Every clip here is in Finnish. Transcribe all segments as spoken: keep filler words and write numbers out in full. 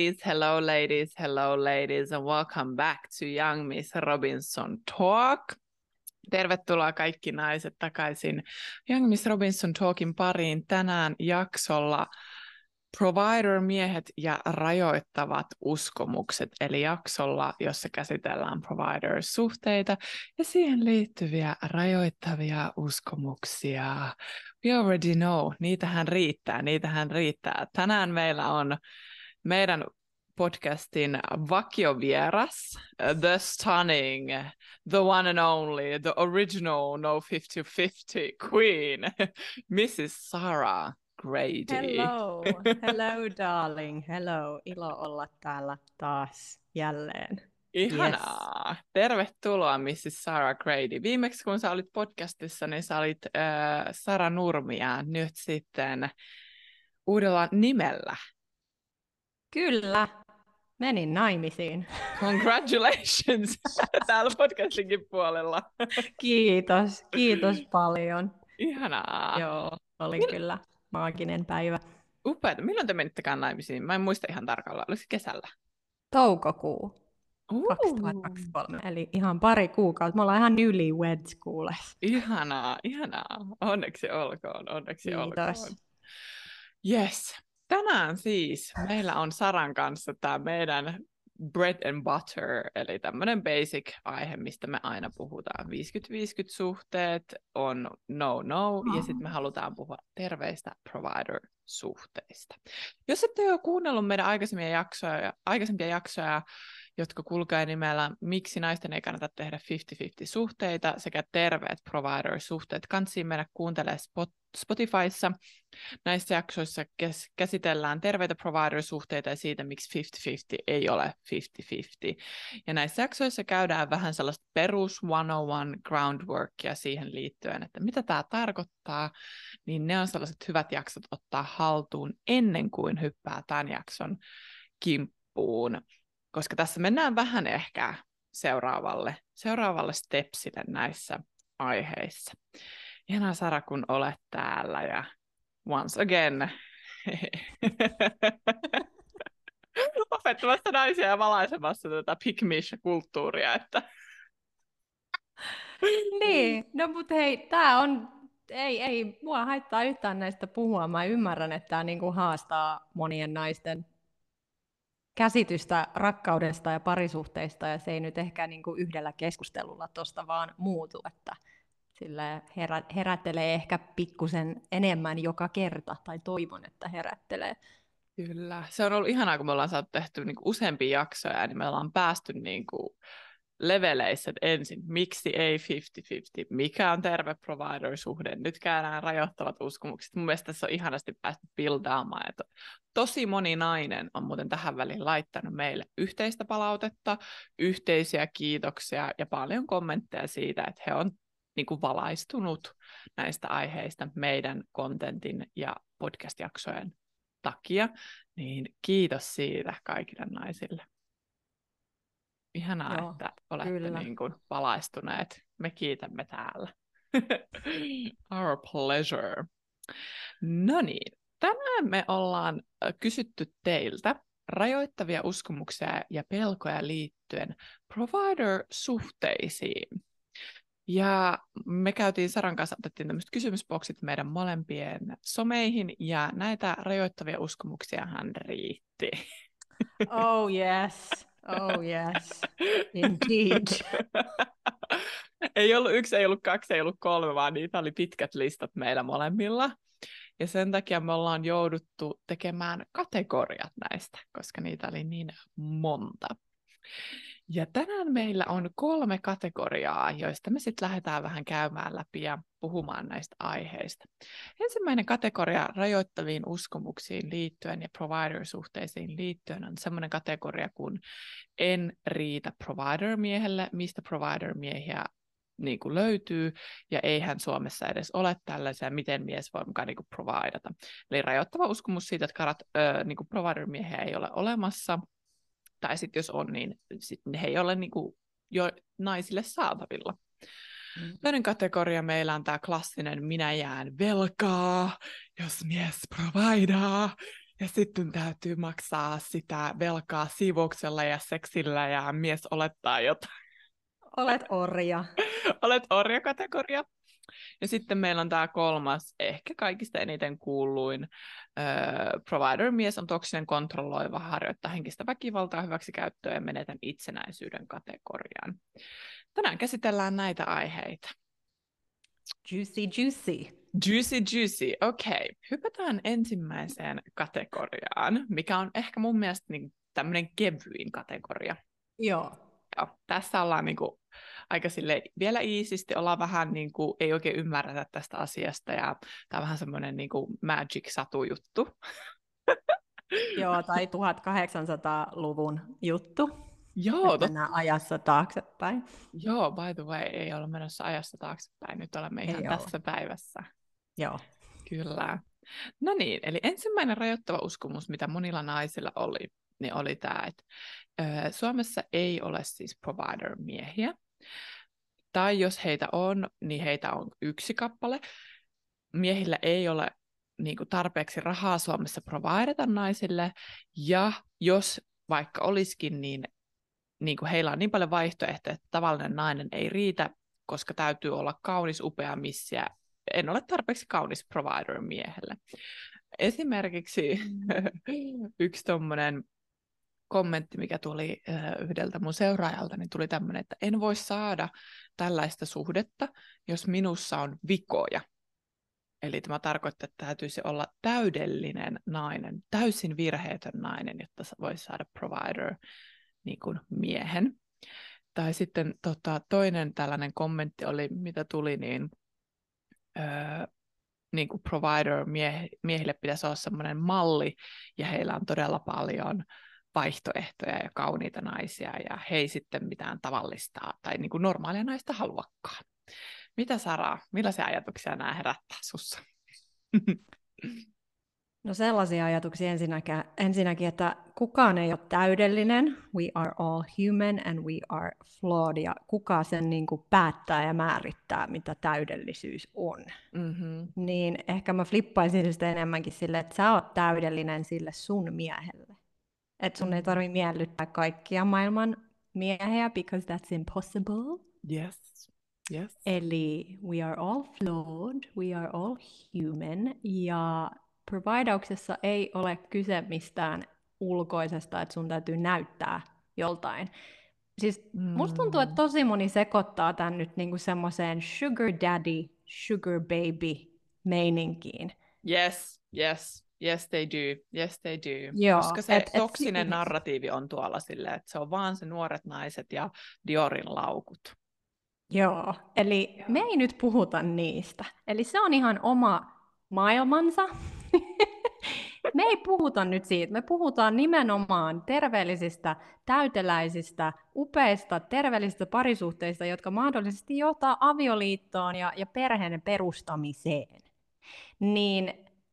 ladies, hello ladies, hello ladies, and welcome back to Young Miss Robinson Talk. Tervetuloa kaikki naiset takaisin Young Miss Robinson Talkin pariin tänään jaksolla Provider-miehet ja rajoittavat uskomukset, eli jaksolla, jossa käsitellään provider-suhteita ja siihen liittyviä rajoittavia uskomuksia. We already know, niitähän riittää, niitähän riittää. Tänään meillä on meidän podcastin vakiovieras, the stunning, the one and only, the original no fifty fifty queen, missus Sarah Grady. Hello, hello darling, hello, ilo olla täällä taas jälleen. Ihanaa. Yes. Tervetuloa missus Sarah Grady. Viimeksi kun sä olit podcastissa, niin sä olit äh, Sara Nurmi ja nyt sitten uudella nimellä. Kyllä, menin naimisiin. Congratulations täällä podcastinkin puolella. Kiitos, kiitos paljon. Ihanaa. Joo, oli Mil... kyllä maaginen päivä. Upeata. Milloin te menittekään naimisiin? Mä en muista ihan tarkalleen. Oliko se kesällä? Toukokuu Uh. kaksituhattakaksikymmentäkolme, eli ihan pari kuukautta. Me ollaan ihan newlyweds kuules. Ihanaa, ihanaa. Onneksi olkoon, onneksi Kiitos. olkoon. Yes. Tänään siis meillä on Saran kanssa tämä meidän bread and butter, eli tämmöinen basic aihe, mistä me aina puhutaan. viisikymmentä viisikymmentä suhteet on no-no, ja sitten me halutaan puhua terveistä provider-suhteista. Jos ette ole kuunnellut meidän aikaisempia jaksoja, aikaisempia jaksoja, jotka kulkee nimellä Miksi naisten ei kannata tehdä viisikymmentä viisikymmentä suhteita sekä terveet provider-suhteet, kannattaa mennä kuuntelemaan Spotifyssa. Näissä jaksoissa käsitellään terveitä provider-suhteita ja siitä, miksi viisikymmentä viisikymmentä ei ole viisikymmentä viisikymmentä. Ja näissä jaksoissa käydään vähän sellaista perus sata yksi groundworkia siihen liittyen, että mitä tämä tarkoittaa, niin ne on sellaiset hyvät jaksot ottaa haltuun ennen kuin hyppää tämän jakson kimppuun. Koska tässä mennään vähän ehkä seuraavalle, seuraavalle stepsille näissä aiheissa. Ihanaa Sara, kun olet täällä ja once again opettamassa naisia ja valaisemassa tätä pick-me-kulttuuria. Että... Niin, no mut hei, tää on, ei, ei mua haittaa yhtään näistä puhua. Mä ymmärrän, että tää niinku haastaa monien naisten käsitystä rakkaudesta ja parisuhteista, ja se ei nyt ehkä niin kuin yhdellä keskustelulla tuosta vaan muutu, että sillä herä, herättelee ehkä pikkusen enemmän joka kerta, tai toivon, että herättelee. Kyllä, se on ollut ihanaa, kun me ollaan saatu tehty niin kuin useampia jaksoja, niin me ollaan päästy niin kuin leveleissä ensin, miksi ei viisikymmentä viisikymmentä, mikä on terve provider-suhde, nyt käydään rajoittavat uskomukset. Mun mielestä tässä on ihanasti päästy buildaamaan, että tosi moni nainen on muuten tähän väliin laittanut meille yhteistä palautetta, yhteisiä kiitoksia ja paljon kommentteja siitä, että he on niin kuin valaistunut näistä aiheista meidän kontentin ja podcast-jaksojen takia, niin kiitos siitä kaikille naisille. Ihanaa, Joo, että olette niin kuin valaistuneet. Me kiitämme täällä. Our pleasure. No niin, tänään me ollaan kysytty teiltä rajoittavia uskomuksia ja pelkoja liittyen provider-suhteisiin. Ja me käytiin Saran kanssa, otettiin tämmöiset kysymysboksit meidän molempien someihin, ja näitä rajoittavia uskomuksiahan riitti. Oh yes. Oh yes, indeed. Ei ollut yksi, ei ollut kaksi, ei ollut kolme, vaan niitä oli pitkät listat meillä molemmilla. Ja sen takia me ollaan jouduttu tekemään kategoriat näistä, koska niitä oli niin monta. Ja tänään meillä on kolme kategoriaa, joista me sitten lähdetään vähän käymään läpi ja puhumaan näistä aiheista. Ensimmäinen kategoria rajoittaviin uskomuksiin liittyen ja provider-suhteisiin liittyen on semmoinen kategoria kuin en riitä provider-miehelle, mistä provider-miehiä niin kuin löytyy, ja eihän Suomessa edes ole tällaisia, miten mies voi mukaan niin kuin providata. Eli rajoittava uskomus siitä, että karat, ö, niin kuin provider-miehiä ei ole olemassa, tai sitten jos on, niin sit he ei ole niin kuin jo naisille saatavilla. Mm. Toinen kategoria meillä on tämä klassinen minä jään velkaa, jos mies providaa. Ja sitten täytyy maksaa sitä velkaa siivouksella ja seksillä ja mies olettaa jotain. Olet orja. Olet orjakategoria. Ja sitten meillä on tämä kolmas, ehkä kaikista eniten kuuluin. Uh, provider-mies on toksinen, kontrolloiva, harjoittaa henkistä väkivaltaa, hyväksikäyttöä ja menetän itsenäisyyden kategoriaan. Tänään käsitellään näitä aiheita. Juicy, juicy. Juicy, juicy. Okei, okay. Hypätään ensimmäiseen kategoriaan, mikä on ehkä mun mielestä niin tämmöinen kevyin kategoria. Joo. Joo, tässä ollaan niinku aika sille vielä iisisti, ollaan vähän niinku, ei oikein ymmärretä tästä asiasta, ja tämä on vähän semmoinen niinku magic-satu-juttu. Joo, tai tuhatkahdeksansataaluvun juttu. Joo, Nyt mennään ajassa taaksepäin. Joo, by the way, ei olla menossa ajassa taaksepäin, nyt olemme ihan ei tässä ole. päivässä. Joo. Kyllä. No niin, eli ensimmäinen rajoittava uskomus, mitä monilla naisilla oli, niin oli tämä, että ö, Suomessa ei ole siis provider-miehiä, tai jos heitä on, niin heitä on yksi kappale. Miehillä ei ole niin kuin tarpeeksi rahaa Suomessa provideta naisille, ja jos vaikka olisikin, niin, niin kuin heillä on niin paljon vaihtoehtoja, että tavallinen nainen ei riitä, koska täytyy olla kaunis, upea missiä. En ole tarpeeksi kaunis provider miehelle. Esimerkiksi yksi tommonen kommentti, mikä tuli yhdeltä mun seuraajalta, niin tuli tämmöinen, että en voi saada tällaista suhdetta, jos minussa on vikoja. Eli tämä tarkoittaa, että täytyisi olla täydellinen nainen, täysin virheetön nainen, jotta voisi saada provider niin kuin miehen. Tai sitten tota, toinen tällainen kommentti oli, mitä tuli, niin, öö, niin kuin provider mie- miehille pitäisi olla sellainen malli, ja heillä on todella paljon vaihtoehtoja ja kauniita naisia, ja he ei sitten mitään tavallista tai niin kuin normaalia naista haluakaan. Mitä Sara, millaisia ajatuksia nämä herättää sussa? No sellaisia ajatuksia ensinnäkin, ensinnäkin, että kukaan ei ole täydellinen. We are all human and we are flawed. Ja kuka sen niin kuin päättää ja määrittää, mitä täydellisyys on. Mm-hmm. Niin ehkä mä flippaisin sitä enemmänkin sille, että sä oot täydellinen sille sun miehelle. Että sun mm-hmm. ei tarvitse miellyttää kaikkia maailman miehiä, because that's impossible. Yes. Yes. Eli we are all flawed, we are all human, ja providauksessa ei ole kyse mistään ulkoisesta, että sun täytyy näyttää joltain. Siis mm. musta tuntuu, että tosi moni sekoittaa tämän nyt niinku semmoiseen sugar daddy, sugar baby meininkiin. Yes, yes. Yes, they do. Yes, they do. Joo, koska se et, toksinen et, narratiivi on tuolla silleen, että se on vaan se nuoret naiset ja Diorin laukut. Joo, eli Joo. me ei nyt puhuta niistä. Eli se on ihan oma maailmansa. Me ei puhuta nyt siitä. Me puhutaan nimenomaan terveellisistä, täyteläisistä, upeista, terveellisistä parisuhteista, jotka mahdollisesti johtaa avioliittoon ja, ja perheen perustamiseen. Niin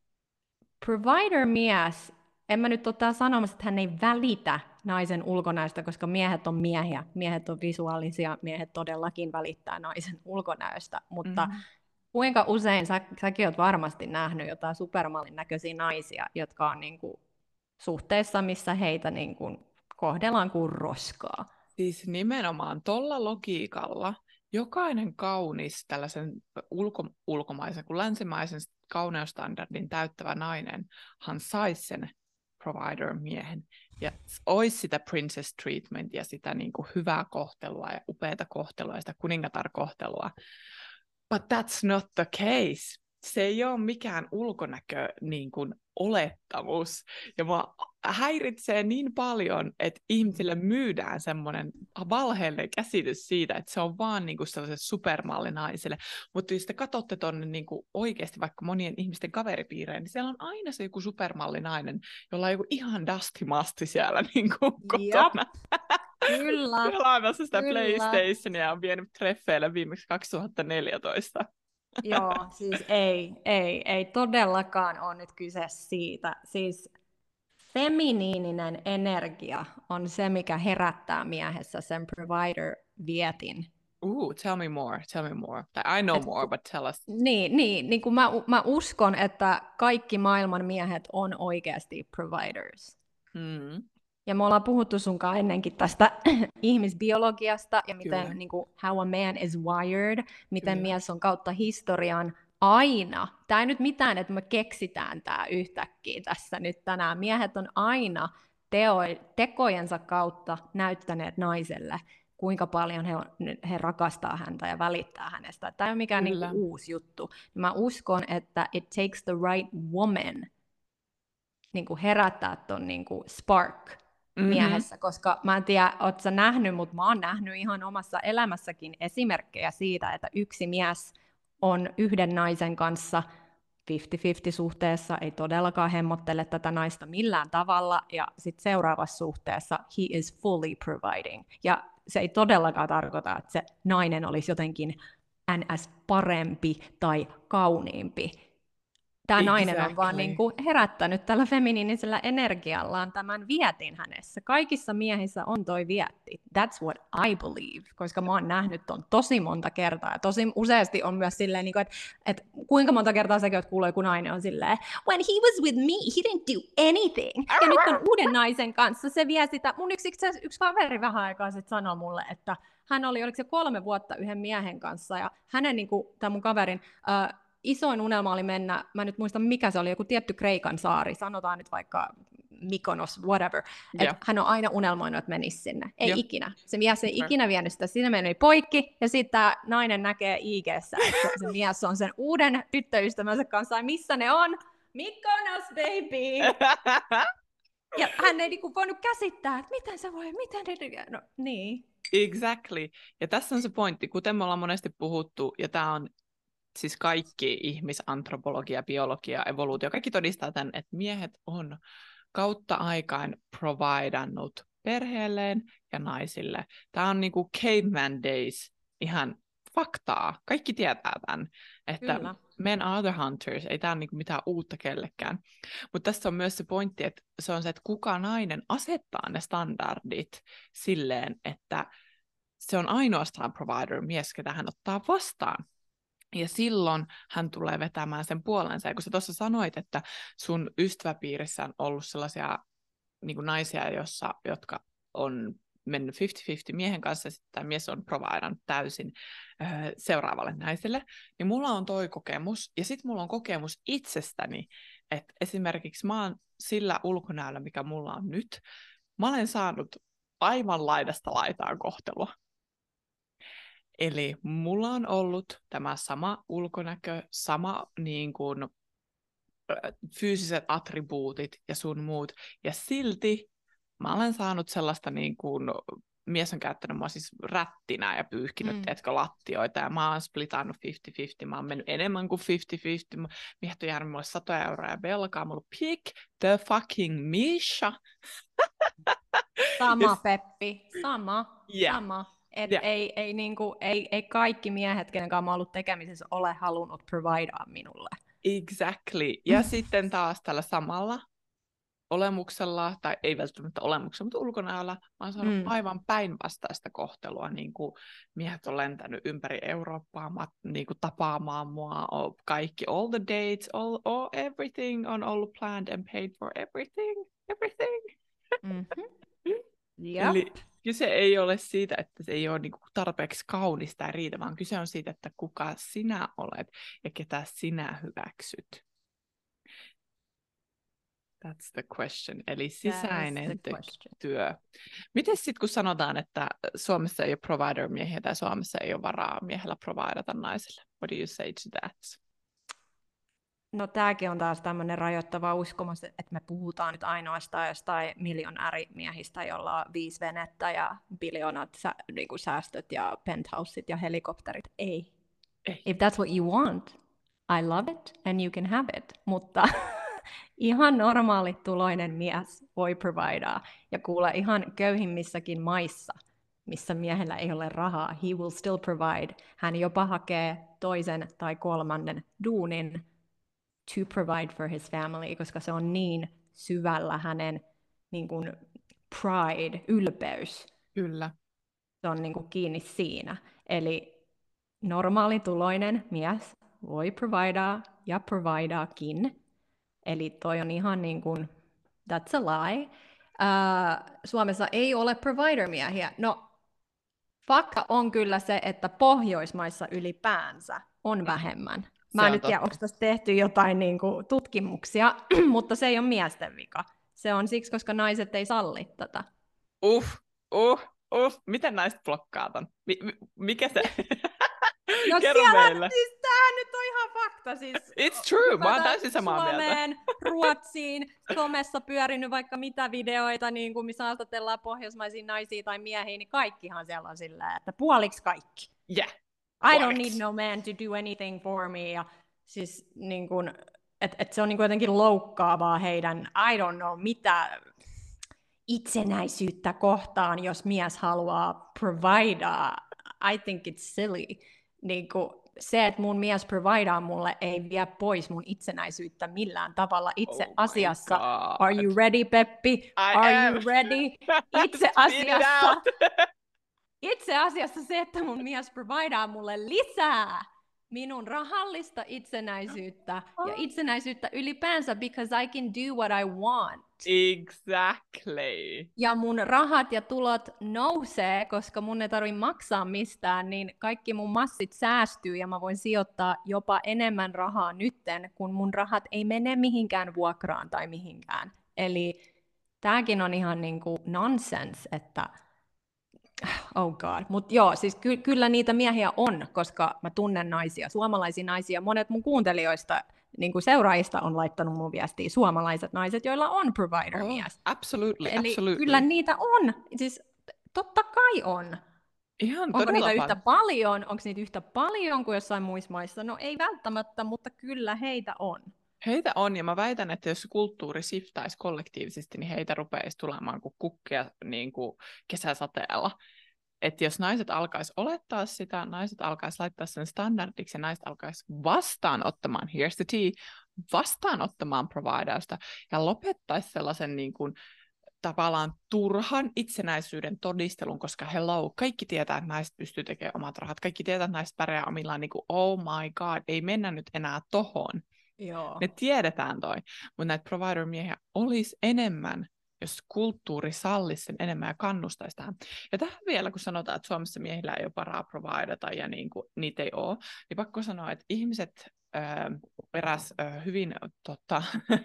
provider-mies, en mä nyt ole sanomassa, että hän ei välitä naisen ulkonäöstä, koska miehet on miehiä, miehet on visuaalisia, miehet todellakin välittää naisen ulkonäöstä, mutta mm-hmm. kuinka usein, sä, säkin oot varmasti nähnyt jotain supermallin näköisiä naisia, jotka on niinku suhteessa, missä heitä niinku kohdellaan kuin roskaa. Siis nimenomaan tolla logiikalla jokainen kaunis tällaisen ulko, ulkomaisen kuin länsimaisen kauneustandardin täyttävä nainenhan saisi sen provider-miehen ja olisi sitä princess treatment ja sitä niin kuin hyvää kohtelua ja upeata kohtelua ja sitä kuningatar-kohtelua. But that's not the case. Se ei ole mikään ulkonäkö niin kuin olettamus. Ja mua häiritsee niin paljon, että ihmisille myydään semmoinen valheellinen käsitys siitä, että se on vaan niin kuin sellaiselle supermallinaiselle. Mutta jos te katsotte tuonne niin kuin oikeasti vaikka monien ihmisten kaveripiireen, niin siellä on aina se joku supermallinainen, jolla on joku ihan dusty-masti siellä niin kuin kotona. Kyllä. Pelaamassa sitä Kyllä. PlayStationia ja on vienyt treffeille viimeksi kaksituhattaneljätoista. Joo, siis ei, ei, ei todellakaan ole nyt kyse siitä. Siis feminiininen energia on se, mikä herättää miehessä sen provider-vietin. Ooh, tell me more, tell me more. I know Et, more, but tell us. Niin, niin, niin kuin mä, mä uskon, että kaikki maailman miehet on oikeasti providers. Mm, Ja me ollaan puhuttu sunkaan ennenkin tästä ihmisbiologiasta ja miten, kyllä, niin kuin, how a man is wired, miten kyllä. mies on kautta historian aina. Tämä ei nyt mitään, että me keksitään tämä yhtäkkiä tässä nyt tänään. Miehet on aina teo, tekojensa kautta näyttäneet naiselle, kuinka paljon he, on, he rakastaa häntä ja välittää hänestä. Tämä ei ole mikään niin kuin, Kyllä. uusi juttu. Mä uskon, että it takes the right woman niin kuin herättää ton niin kuin spark Mm-hmm. miehessä, koska mä en tiedä, oot sä nähnyt, mutta mä oon nähnyt ihan omassa elämässäkin esimerkkejä siitä, että yksi mies on yhden naisen kanssa viisikymmentä viisikymmentä suhteessa, ei todellakaan hemmottele tätä naista millään tavalla, ja sitten seuraavassa suhteessa he is fully providing. Ja se ei todellakaan tarkoita, että se nainen olisi jotenkin ns. Parempi tai kauniimpi. Tämä nainen on vaan Exactly. niin kuin herättänyt tällä feminiinisellä energiallaan tämän vietin hänessä. Kaikissa miehissä on toi vietti. That's what I believe, koska mä oon nähnyt ton tosi monta kertaa. Ja tosi useasti on myös silleen, että, että kuinka monta kertaa säkin oot kuullut, kun nainen on silleen, when he was with me, he didn't do anything. Ja nyt on uuden naisen kanssa, se vie sitä. Mun yksi, yksi kaveri vähän aikaa sitten sanoi mulle, että hän oli, oliko se kolme vuotta yhden miehen kanssa, ja hänen, niin kuin, tämän mun kaverin, uh, isoin unelma oli mennä, mä en nyt muista mikä se oli, joku tietty Kreikan saari, sanotaan nyt vaikka Mykonos, whatever. Yeah. Että hän on aina unelmoinut, että menisi sinne. Ei yeah. ikinä. Se mies ei ikinä vienyt sitä, siinä meni poikki, ja sitten tämä nainen näkee I G:ssä, että se mies on sen uuden tyttöystävänsä kanssa, ja missä ne on? Mykonos, baby! Ja hän ei niinku voinut käsittää, että miten se voi, miten ne... No, niin. Exactly. Ja tässä on se pointti, kuten me ollaan monesti puhuttu, ja tämä on siis kaikki ihmisantropologia, biologia, evoluutio, kaikki todistaa tämän, että miehet on kautta aikaan providannut perheelleen ja naisille. Tämä on niinku caveman days ihan faktaa. Kaikki tietää tämän, että Kyllä. men are the hunters, ei tämä ole niinku mitään uutta kellekään. Mutta tässä on myös se pointti, että se on se, että kuka nainen asettaa ne standardit silleen, että se on ainoastaan provider mies, ketä hän ottaa vastaan. Ja silloin hän tulee vetämään sen puolensa. Ja kun sä tuossa sanoit, että sun ystäväpiirissä on ollut sellaisia niin kuin naisia, jossa, jotka on mennyt viisikymmentä viisikymmentä miehen kanssa, ja sitten tämä mies on providannut täysin öö, seuraavalle naiselle, niin mulla on toi kokemus. Ja sitten mulla on kokemus itsestäni, että esimerkiksi mä oon sillä ulkonäöllä, mikä mulla on nyt, mä olen saanut aivan laidasta laitaan kohtelua. Eli mulla on ollut tämä sama ulkonäkö, sama niin kuin, fyysiset attribuutit ja sun muut, ja silti mä olen saanut sellaista, niin kuin, mies on käyttänyt mua siis rättinä ja pyyhkinyt, mm. teetkö, lattioita, ja mä oon splitannut viisikymmentä viisikymmentä, mä oon mennyt enemmän kuin viisikymmentä viisikymmentä, miehet on jäänyt mulle satoja euroja velkaa, mulla on pick the fucking Misha. Sama, Peppi, sama, yeah. sama. Et yeah. ei, ei, niinku, ei, ei kaikki miehet, kenen kanssa mä oon ollut tekemisissä, ole halunnut providea minulle. Exactly. Ja sitten taas tällä samalla olemuksella, tai ei välttämättä olemuksella, mutta ulkonäöllä, mä oon saanut mm. aivan päinvastaista kohtelua. Niin kuin miehet on lentänyt ympäri Eurooppaa niin kuin tapaamaan mua, kaikki, all the dates, all, all, everything on ollut planned and paid for everything, everything. Mm-hmm. Yep. Eli kyse ei ole siitä, että se ei ole niinku tarpeeksi kaunista ja riitä, vaan kyse on siitä, että kuka sinä olet ja ketä sinä hyväksyt. That's the question. Eli sisäinen työ. Miten sitten, kun sanotaan, että Suomessa ei ole provider-miehiä tai Suomessa ei ole varaa miehellä providata naiselle? What do you say to that? No tämäkin on taas tämmöinen rajoittava uskomus, että me puhutaan nyt ainoastaan jostain miljonäärimiehistä, jolla on viisi venettä ja biljoonat sä, niin kuin säästöt ja penthouset ja helikopterit. Ei. Ei. If that's what you want, I love it and you can have it. Mutta ihan normaali tuloinen mies voi providea. Ja kuule ihan köyhimmissäkin maissa, missä miehellä ei ole rahaa, he will still provide. Hän jopa hakee toisen tai kolmannen duunin to provide for his family, koska se on niin syvällä hänen niin kuin pride, ylpeys. Kyllä. Se on niin kuin kiinni siinä. Eli normaalituloinen mies voi providea ja provideakin. Eli toi on ihan niin kuin, that's a lie. Uh, Suomessa ei ole provider-miehiä. No, fakta on kyllä se, että Pohjoismaissa ylipäänsä on vähemmän. Mä Se en on nyt tiedä, totta. onko tässä tehty jotain niin kuin, tutkimuksia, mutta se ei ole miesten vika. Se on siksi, koska naiset ei salli tätä. Uh, uh, uh. Miten naiset blokkaa ton? Mi- mi- mikä se? No Kerro siellä, meille. siis tämähän nyt on ihan fakta. Siis It's true, mä oon hypätä täysin samaa mieltä. Suomeen, Ruotsiin, somessa pyörinyt vaikka mitä videoita, niin kuin missä haastatellaan pohjoismaisia naisia tai miehiä, niin kaikkihan siellä on sillä, että puoliksi kaikki. Yeah. I don't Puoliksi. need no man to do anything for me. Ja siis niin kuin, että et se on niin kuin jotenkin loukkaavaa heidän, I don't know, mitä itsenäisyyttä kohtaan, jos mies haluaa providea. I think it's silly. Niin kuin se, että mun mies providea mulle, ei vie pois mun itsenäisyyttä millään tavalla. Itse Oh my asiassa, God. are you ready, Peppi? I Are am. you ready? Itse Spit it asiassa, out. itse asiassa se, että mun mies providea mulle lisää minun rahallista itsenäisyyttä ja itsenäisyyttä ylipäänsä, because I can do what I want. Exactly. Ja mun rahat ja tulot nousee, koska mun ei tarvitse maksaa mistään, niin kaikki mun massit säästyy ja mä voin sijoittaa jopa enemmän rahaa nytten, kun mun rahat ei mene mihinkään vuokraan tai mihinkään. Eli tääkin on ihan niinku nonsense, että oh god. Mutta joo, siis ky- kyllä niitä miehiä on, koska mä tunnen naisia, suomalaisia naisia. Monet mun kuuntelijoista, niin kuin seuraajista on laittanut mun viestiä, suomalaiset naiset, joilla on provider-mies. Oh, absolutely, Eli absolutely. kyllä niitä on. Siis totta kai on. Ihan Onko todella niitä paljon. yhtä paljon? Onko niitä yhtä paljon kuin jossain muissa maissa? No ei välttämättä, mutta kyllä heitä on. Heitä on, ja mä väitän, että jos kulttuuri shiftaisi kollektiivisesti, niin heitä rupeaisi tulemaan kuin kukkia niin kuin kesäsateella. Että jos naiset alkaisi olettaa sitä, naiset alkaisi laittaa sen standardiksi, ja naiset alkaisi vastaanottamaan, here's the tea, vastaanottamaan providausta, ja lopettaisi sellaisen niin kuin, tavallaan turhan itsenäisyyden todistelun, koska hello, kaikki tietää, että naiset pystyy tekemään omat rahat, kaikki tietää, että naiset pärjää omillaan, niin kuin, oh my god, ei mennä nyt enää tohon. Joo. Me tiedetään toi, mutta näitä provider-miehiä olisi enemmän, jos kulttuuri sallisi sen enemmän ja kannustaisi tähän. Ja tähän vielä, kun sanotaan, että Suomessa miehillä ei ole varaa providata ja niin kuin, niitä ei ole, niin pakko sanoa, että ihmiset äh, eräs äh, hyvin tota,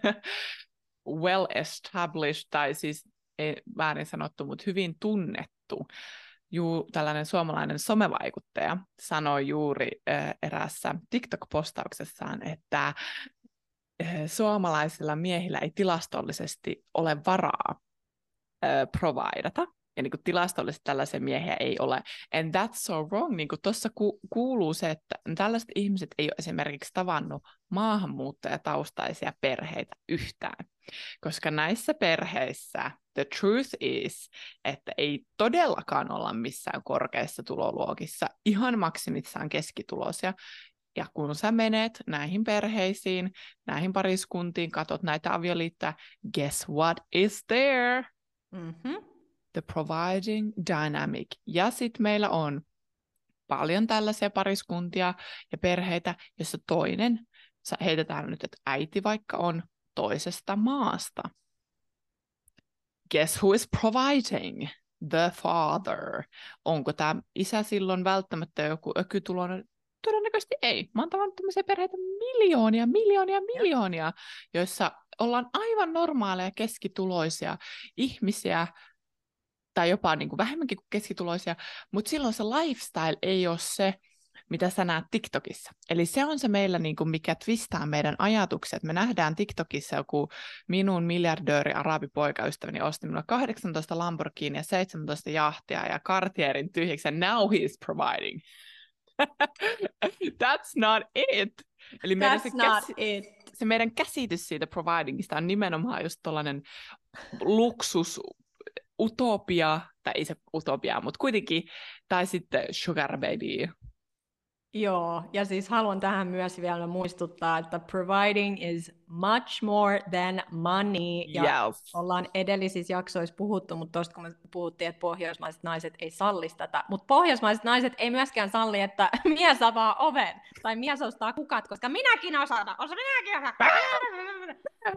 well established, tai siis ei väärin sanottu, mutta hyvin tunnettu, Juu, tällainen suomalainen somevaikuttaja sanoi juuri äh, eräässä TikTok-postauksessaan, että äh, suomalaisilla miehillä ei tilastollisesti ole varaa äh, providata. Ja niin kuin tilastollisesti tällaisia miehiä ei ole. And that's so wrong. Niin kuin tuossa ku- kuuluu se, että tällaiset ihmiset ei ole esimerkiksi tavannut maahanmuuttajataustaisia perheitä yhtään. Koska näissä perheissä the truth is, että ei todellakaan olla missään korkeissa tuloluokissa, ihan maksimissaan keskituloisia. Ja kun sä menet näihin perheisiin, näihin pariskuntiin, katot näitä avioliittoja, guess what is there? Mm-hmm. The providing dynamic. Ja sitten meillä on paljon tällaisia pariskuntia ja perheitä, jossa toinen, heitetään nyt, että äiti vaikka on toisesta maasta. Guess who is providing? The father. Onko tämä isä silloin välttämättä joku ökytuloinen? Todennäköisesti ei. Mä oon tavannut tämmöisiä perheitä miljoonia, miljoonia, miljoonia, joissa ollaan aivan normaaleja keskituloisia ihmisiä, tai jopa niin kuin vähemmänkin kuin keskituloisia, mutta silloin se lifestyle ei ole se, mitä sä näet TikTokissa. Eli se on se meillä, niin kuin mikä twistaa meidän ajatukset. Me nähdään TikTokissa joku minun miljardööri arabipoikaystäväni osti minulle kahdeksantoista Lamborghini ja seitsemäntoista jahtia ja Cartierin tyhjäksi, and now he is providing. That's not it. Eli meidän That's se, not käs- it. se meidän käsitys siitä providingista on nimenomaan just tollainen luksus, utopia, tai ei se utopia, mutta kuitenkin, tai sitten sugar baby. Joo, ja siis haluan tähän myös vielä muistuttaa, että providing is much more than money, ja Yes. ollaan edellisissä jaksoissa puhuttu, mutta tuosta kun me puhuttiin, että pohjoismaiset naiset ei salli tätä, mutta pohjoismaiset naiset ei myöskään salli, että mies avaa oven, tai mies ostaa kukat, koska minäkin osaan, osa minäkin osaan.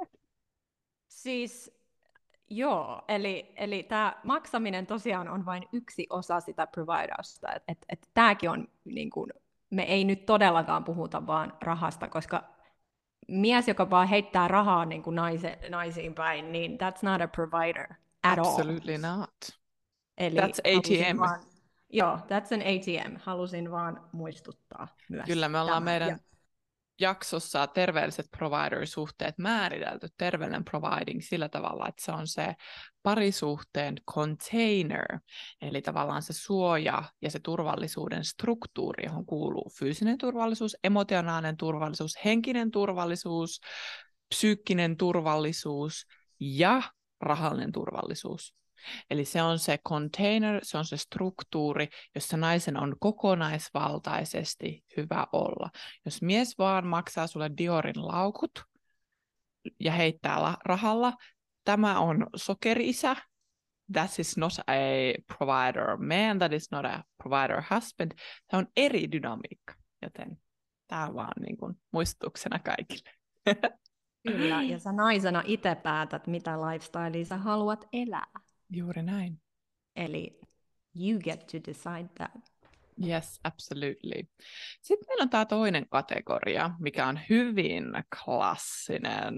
Siis joo, eli, eli tämä maksaminen tosiaan on vain yksi osa sitä providausta, että et, et tämäkin on niin kuin, me ei nyt todellakaan puhuta vaan rahasta, koska mies, joka vaan heittää rahaa niin kuin naise, naisiin päin, niin that's not a provider at Absolutely all. not. Eli That's A T M. Vaan, joo, that's an A T M. Halusin vaan muistuttaa myös Kyllä me ollaan tämän. meidän Ja, jaksossa terveelliset provider-suhteet määritelty terveellinen providing sillä tavalla, että se on se parisuhteen container, eli tavallaan se suoja ja se turvallisuuden struktuuri, johon kuuluu fyysinen turvallisuus, emotionaalinen turvallisuus, henkinen turvallisuus, psyykkinen turvallisuus ja rahallinen turvallisuus. Eli se on se container, se on se struktuuri, jossa naisen on kokonaisvaltaisesti hyvä olla. Jos mies vaan maksaa sulle Diorin laukut ja heittää rahalla, tämä on sokeri-isä. That is not a provider man, that is not a provider husband. Tämä on eri dynamiikka, joten tämä on vaan niin kuin muistutuksena kaikille. kyllä, ja sä naisena itse päätät, mitä lifestylea sä haluat elää. Juuri näin. Eli you get to decide that. Yes, absolutely. Sitten meillä on tämä toinen kategoria, mikä on hyvin klassinen.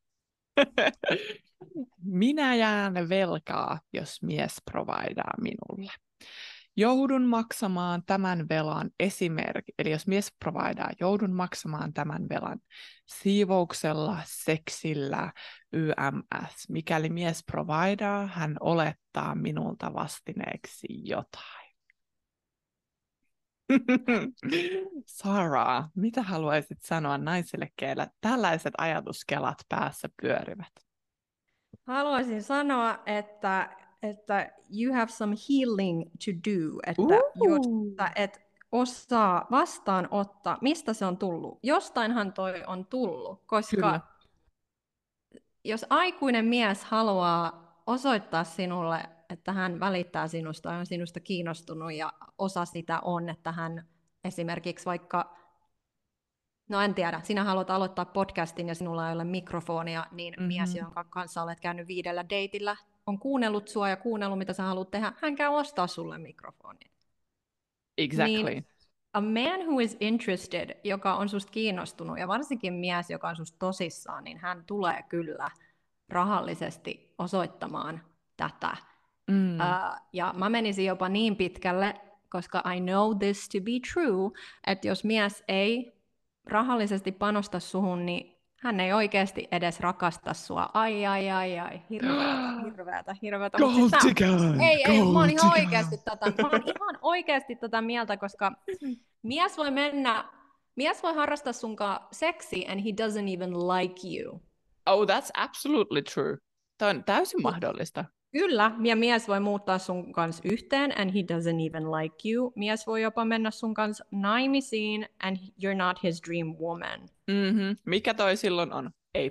Minä jään velkaa, jos mies providaa minulle. Joudun maksamaan tämän velan esimerkki, eli jos mies providaa, joudun maksamaan tämän velan siivouksella, seksillä, Y M S. Mikäli mies providaa, hän olettaa minulta vastineeksi jotain. Sara, mitä haluaisit sanoa naisille, keillä tällaiset ajatuskelat päässä pyörivät? Haluaisin sanoa, että, että you have some healing to do, että jotta et osaa vastaanottaa, mistä se on tullut. Jostainhan toi on tullut, koska Kyllä. jos aikuinen mies haluaa osoittaa sinulle, että hän välittää sinusta ja on sinusta kiinnostunut ja osa sitä on, että hän esimerkiksi vaikka, no en tiedä, sinä haluat aloittaa podcastin ja sinulla ei ole mikrofonia, niin mm-hmm. mies, jonka kanssa olet käynyt viidellä deitillä, on kuunnellut sua ja kuunnellut, mitä sä haluat tehdä, hän käy ostaa sulle mikrofonin. Exactly. Niin, a man who is interested, joka on susta kiinnostunut, ja varsinkin mies, joka on susta tosissaan, niin hän tulee kyllä rahallisesti osoittamaan tätä. Mm. Uh, ja mä menisin jopa niin pitkälle, koska I know this to be true, että jos mies ei rahallisesti panosta suhun, niin hän ei oikeasti edes rakasta sua. Ai, ai, ai, ai, hirveätä, hirveätä, hirveätä. Gold digger! Ei, ei, mä oon ihan oikeasti tätä, mä oon ihan oikeasti tätä mieltä, koska mies voi mennä, mies voi harrastaa sunkaan seksi and he doesn't even like you. Oh, that's absolutely true. Tämä on täysin mahdollista. Kyllä, ja mies voi muuttaa sun kanssa yhteen, and he doesn't even like you. Mies voi jopa mennä sun kanssa naimisiin, and you're not his dream woman. Mm-hmm. Mikä toi silloin on? A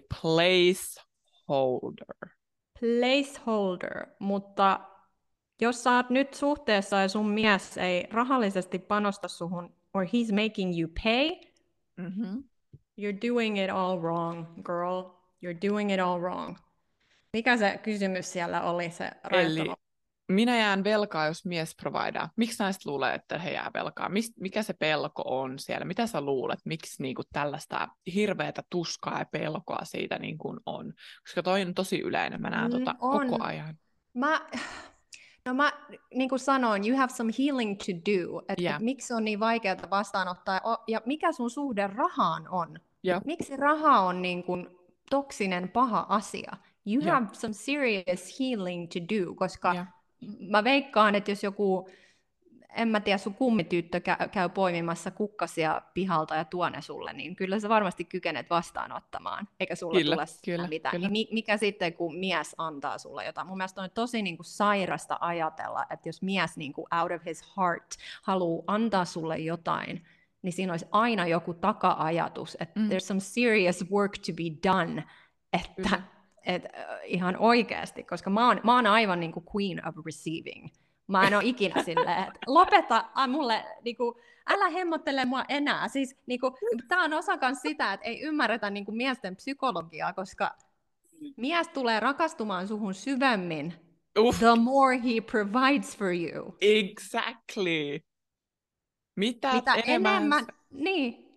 placeholder. Placeholder, mutta jos sä oot nyt suhteessa ja sun mies ei rahallisesti panosta suhun, or he's making you pay, mm-hmm. you're doing it all wrong, girl. You're doing it all wrong. Mikä se kysymys siellä oli, se Eli minä jään velkaa, jos mies providaa. Miksi naiset luulee, että he jää velkaa? Mist, mikä se pelko on siellä? Mitä sä luulet? Miksi niinku tällaista hirveätä tuskaa ja pelkoa siitä niinku on? Koska toi on tosi yleinen. Mä näen mm, tota koko ajan. Mä, no mä, niin kuin sanoin, you have some healing to do. Että yeah. et miksi on niin vaikeaa vastaanottaa? Ja mikä sun suhde rahaan on? Yeah. Miksi raha on niin kuin toksinen, paha asia? You yeah. have some serious healing to do, koska yeah. mä veikkaan, että jos joku, en mä tiedä, sun kummityttö käy, käy poimimassa kukkasia pihalta ja tuo ne sulle, niin kyllä sä varmasti kykenet vastaanottamaan, eikä sulle kyllä, tule kyllä, mitään. Kyllä. Niin mikä sitten, kun mies antaa sulle jotain? Mun mielestä on tosi niin kuin sairasta ajatella, että jos mies niin kuin out of his heart haluaa antaa sulle jotain, niin siinä olisi aina joku taka-ajatus, että Mm. there's some serious work to be done, että et, uh, ihan oikeasti, koska mä oon, mä oon aivan niin kuin queen of receiving. Mä en ole ikinä silleen, että lopeta a, mulle, niin kuin, älä hemmottele mua enää. Siis, niin kuin, tää on osa myös sitä, että ei ymmärretä niin kuin miesten psykologiaa, koska mies tulee rakastumaan suhun syvemmin Uff. the more he provides for you. Exactly. Mitä, Mitä enemmän... enemmän, niin.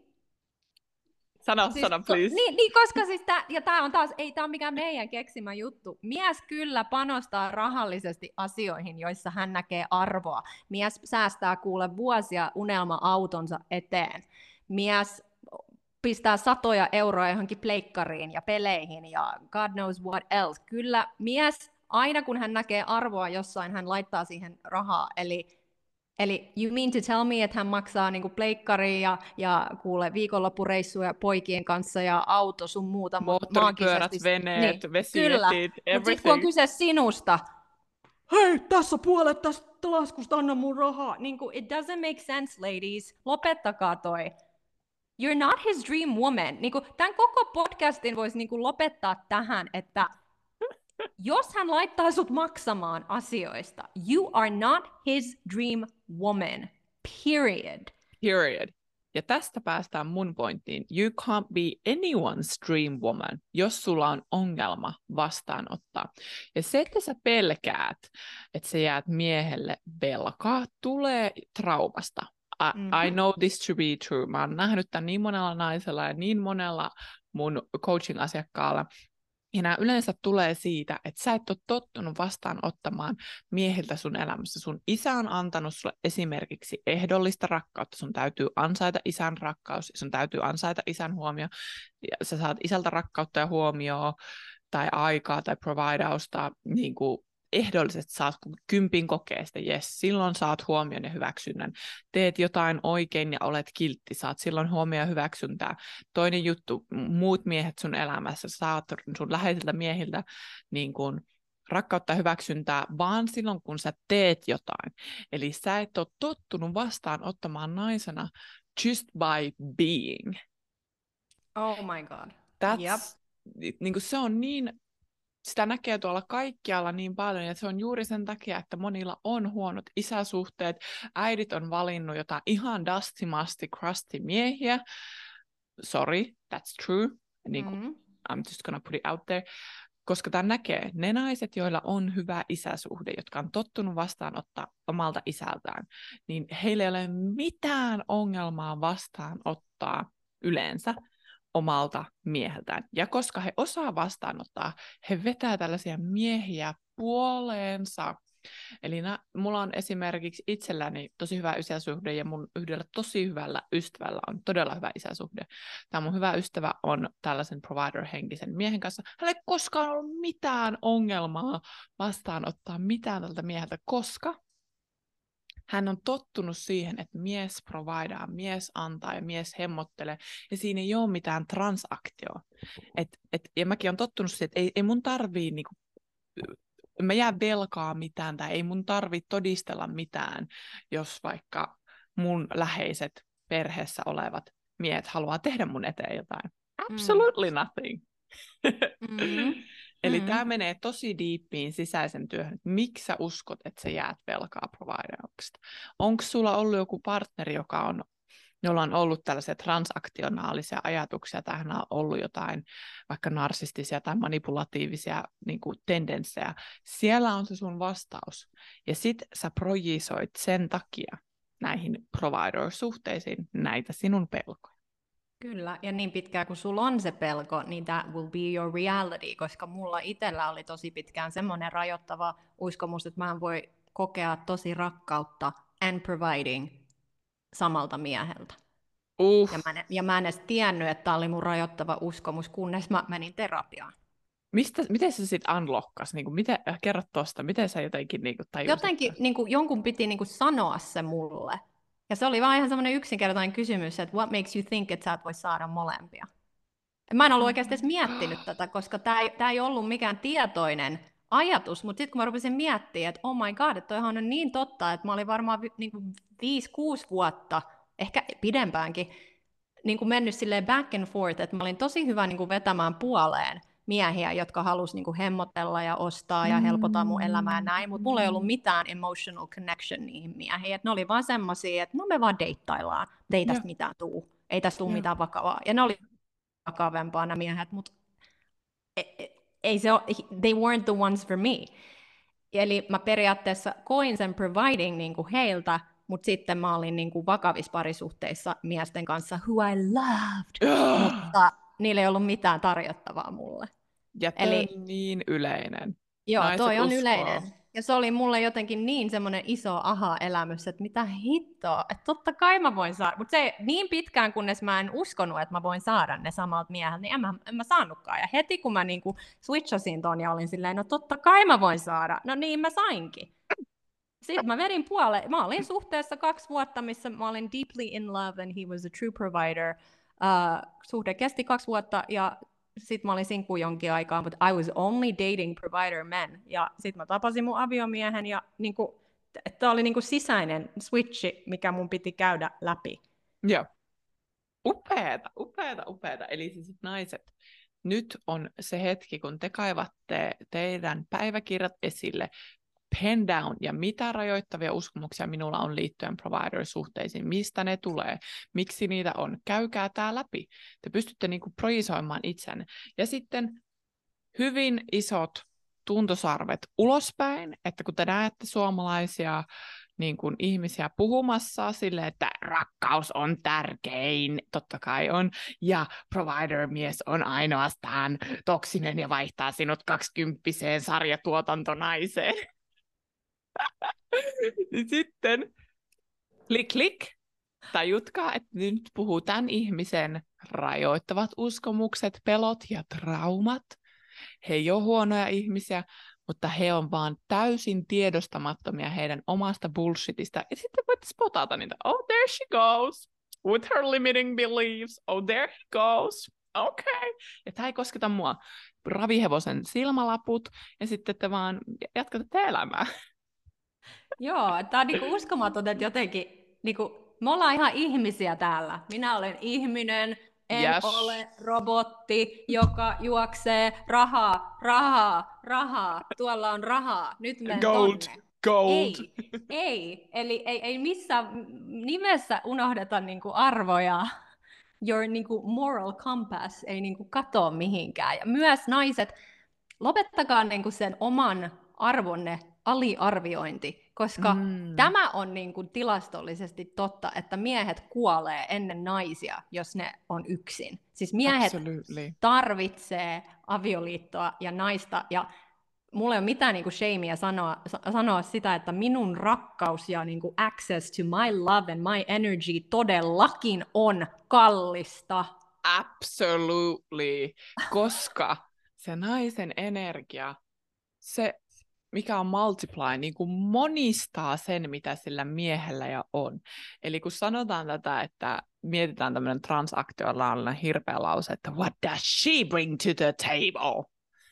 Sano, Siis, sano, please. Niin, niin, koska siis tää, ja tämä on taas, ei tämä ole mikään meidän keksimä juttu. Mies kyllä panostaa rahallisesti asioihin, joissa hän näkee arvoa. Mies säästää kuule vuosia unelma-autonsa eteen. Mies pistää satoja euroja johonkin pleikkariin ja peleihin ja God knows what else. Kyllä mies, aina kun hän näkee arvoa jossain, hän laittaa siihen rahaa. Eli Eli you mean to tell me, että hän maksaa niinku pleikkaria ja, ja kuule viikonloppureissuja poikien kanssa ja auto sun muuta, mutta Moottoripyörät, maagisesti... veneet, niin, vesijätit, mutta sitten kun on everything. kyse sinusta, hei, tässä puolet tästä laskusta, anna mun rahaa. Niin kuin, it doesn't make sense, ladies. Lopettakaa toi. You're not his dream woman. Niin kuin, tämän koko podcastin voisi niin kuin lopettaa tähän, että jos hän laittaa sut maksamaan asioista, you are not his dream woman. Period. Period. Ja tästä päästään mun pointtiin. You can't be anyone's dream woman, jos sulla on ongelma vastaanottaa. Ja se, että sä pelkäät, että sä jäät miehelle velkaa, tulee traumasta. I, Mm-hmm. I know this to be true. Mä oon nähnyt tämän niin monella naisella ja niin monella mun coaching-asiakkaalla. Ja nämä yleensä tulee siitä, että sä et ole tottunut vastaanottamaan miehiltä sun elämässä. Sun isä on antanut sulle esimerkiksi ehdollista rakkautta. Sun täytyy ansaita isän rakkaus, sun täytyy ansaita isän huomio. Ja sä saat isältä rakkautta ja huomioon tai aikaa tai providausta niin kuin ehdollisesti saat kympin kokeesta, jes, silloin saat huomion ja hyväksynnän. Teet jotain oikein ja olet kiltti, saat silloin huomioon ja hyväksyntää. Toinen juttu, muut miehet sun elämässä, saat sun läheisiltä miehiltä niin kuin rakkautta ja hyväksyntää, vaan silloin, kun sä teet jotain. Eli sä et ole tottunut vastaan ottamaan naisena just by being. Oh my god. That's, Yep. niin kuin se on niin... Sitä näkee tuolla kaikkialla niin paljon, ja se on juuri sen takia, että monilla on huonot isäsuhteet. Äidit on valinnut jotain ihan dusty-musty, crusty miehiä. Sorry, that's true. Niin kuin, Mm-hmm. I'm just gonna put it out there. Koska tämä näkee, ne naiset, joilla on hyvä isäsuhde, jotka on tottunut vastaanottaa omalta isältään, niin heillä ei ole mitään ongelmaa vastaanottaa yleensä omalta mieheltään. Ja koska he osaa vastaanottaa, he vetää tällaisia miehiä puoleensa. Eli nä, mulla on esimerkiksi itselläni tosi hyvä isäsuhde ja mun yhdellä tosi hyvällä ystävällä on todella hyvä isäsuhde. Tämä mun hyvä ystävä on tällaisen provider-henkisen miehen kanssa. Hänellä ei koskaan ollut mitään ongelmaa vastaanottaa mitään tältä mieheltä, koska hän on tottunut siihen, että mies providaa, mies antaa ja mies hemmottelee, ja siinä ei ole mitään transaktioa. Et, et, ja mäkin olen tottunut siihen, että ei, ei mun tarvii, niinku, mä jää velkaa mitään, tai ei mun tarvii todistella mitään, jos vaikka mun läheiset perheessä olevat miehet haluaa tehdä mun eteen jotain. Absolutely mm. nothing. Mm-hmm. Eli Mm-hmm. tämä menee tosi diippiin sisäisen työhön. Miksi sä uskot, että sä jäät velkaa providerauksesta? Onko sulla ollut joku partneri, joka on, jolla on ollut tällaisia transaktionaalisia ajatuksia, tai hän on ollut jotain vaikka narsistisia tai manipulatiivisia niin kuin tendenssejä? Siellä on se sun vastaus. Ja sit sä projisoit sen takia näihin provider-suhteisiin näitä sinun pelkoja. Kyllä, ja niin pitkään kun sulla on se pelko, niin that will be your reality, koska mulla itsellä oli tosi pitkään semmoinen rajoittava uskomus, että mä en voi kokea tosi rakkautta and providing samalta mieheltä. Uh. Ja, mä en, ja mä en edes tiennyt, että tämä oli mun rajoittava uskomus, kunnes mä menin terapiaan. Mistä, miten se sitten unlockas? Niin kuin, miten, kerro tuosta, miten sä jotenkin niin kuin, tajusit? Jotenkin niin kuin, jonkun piti niin kuin, sanoa se mulle. Ja se oli vaan ihan semmoinen yksinkertainen kysymys, että what makes you think, että sä et voi saada molempia? Mä en ollut oikeasti edes miettinyt tätä, koska tämä ei, tää ei ollut mikään tietoinen ajatus, mutta sitten kun mä rupesin miettimään, että oh my god, että toihan on niin totta, että mä olin varmaan vi, niin kuin viisi kuusi vuotta ehkä pidempäänkin, niin kuin mennyt silleen back and forth, että mä olin tosi hyvä niin kuin vetämään puoleen miehiä, jotka halusi niin kuin hemmotella ja ostaa ja helpottaa mun elämää Mm. näin, mutta mulla ei ollut mitään emotional connection niihin miehiin, että ne oli vaan semmosia, että no me vaan deittaillaan, ei tästä Joo. mitään tuu, ei tästä tuu Joo. mitään vakavaa, ja ne oli vakavempaa nämä miehet, mutta ei, ei se ole, they weren't the ones for me. Eli mä periaatteessa koin sen providing niin kuin heiltä, mutta sitten mä olin niin kuin vakavissa parisuhteissa miesten kanssa, who I loved, mutta niillä ei ollut mitään tarjottavaa mulle. Ja toi Eli on niin yleinen. joo, Naiset toi on uskoo. yleinen. Ja se oli mulle jotenkin niin semmoinen iso aha-elämys, että mitä hittoa, että totta kai mä voin saada. Mutta se niin pitkään, kunnes mä en uskonut, että mä voin saada ne samalta mieheltä, niin en mä, en mä saanutkaan. Ja heti kun mä niinku switchasin ton ja olin silleen, no totta kai mä voin saada. No niin mä sainkin. Sitten mä vedin puoleen. Mä olin suhteessa kaksi vuotta, missä mä olin deeply in love and he was a true provider. Uh, suhde kesti kaksi vuotta ja sitten mä olin sinkku jonkin aikaa, but I was only dating provider men. Ja sitten mä tapasin mun aviomiehen ja niinku, tämä oli niinku sisäinen switchi, mikä mun piti käydä läpi. Joo. Upeeta, upeeta, upeeta. Eli siis naiset, nyt on se hetki, kun te kaivatte teidän päiväkirjat esille, pen down, ja mitä rajoittavia uskomuksia minulla on liittyen provider-suhteisiin, mistä ne tulee, miksi niitä on, käykää tää läpi. Te pystytte niinku projisoimaan itsenne. Ja sitten hyvin isot tuntosarvet ulospäin, että kun te näette suomalaisia niin kuin ihmisiä puhumassa silleen, että rakkaus on tärkein, totta kai on, ja provider-mies on ainoastaan toksinen ja vaihtaa sinut kaksikymppiseen sarjatuotantonaiseen. Sitten klik klik, tajutkaa, että nyt puhuu tämän ihmisen rajoittavat uskomukset, pelot ja traumat. He ei ole huonoja ihmisiä, mutta he on vaan täysin tiedostamattomia heidän omasta bullshitista. Ja sitten voitte spotata niitä. Oh, there she goes. With her limiting beliefs. Oh, there he goes. Okay. Ja tämä ei kosketa mua. Ravihevosen silmälaput. Ja sitten te vaan jatkatte elämää. Joo, tää on niinku uskomaton, että jotenkin, niinku, me ollaan ihan ihmisiä täällä. Minä olen ihminen, en Yes. ole robotti, joka juoksee rahaa, rahaa, rahaa. Tuolla on rahaa, nyt menen Gold. tonne. Gold. Ei, ei. Eli ei, ei missään nimessä unohdeta niinku arvoja. Your niinku moral compass ei niinku katoa mihinkään. Ja myös naiset, lopettakaa niinku sen oman arvonne aliarviointi, koska Mm. tämä on niinku tilastollisesti totta, että miehet kuolee ennen naisia, jos ne on yksin. Siis miehet Absolutely. tarvitsee avioliittoa ja naista, ja mulla ei ole mitään niinku shamea sanoa, sanoa sitä, että minun rakkaus ja niinku access to my love and my energy todellakin on kallista. Absolutely. Koska se naisen energia, se mikä on multiply, niin kuin monistaa sen, mitä sillä miehellä jo on. Eli kun sanotaan tätä, että mietitään tämmöinen transaktionaalinen hirveä lause, että what does she bring to the table?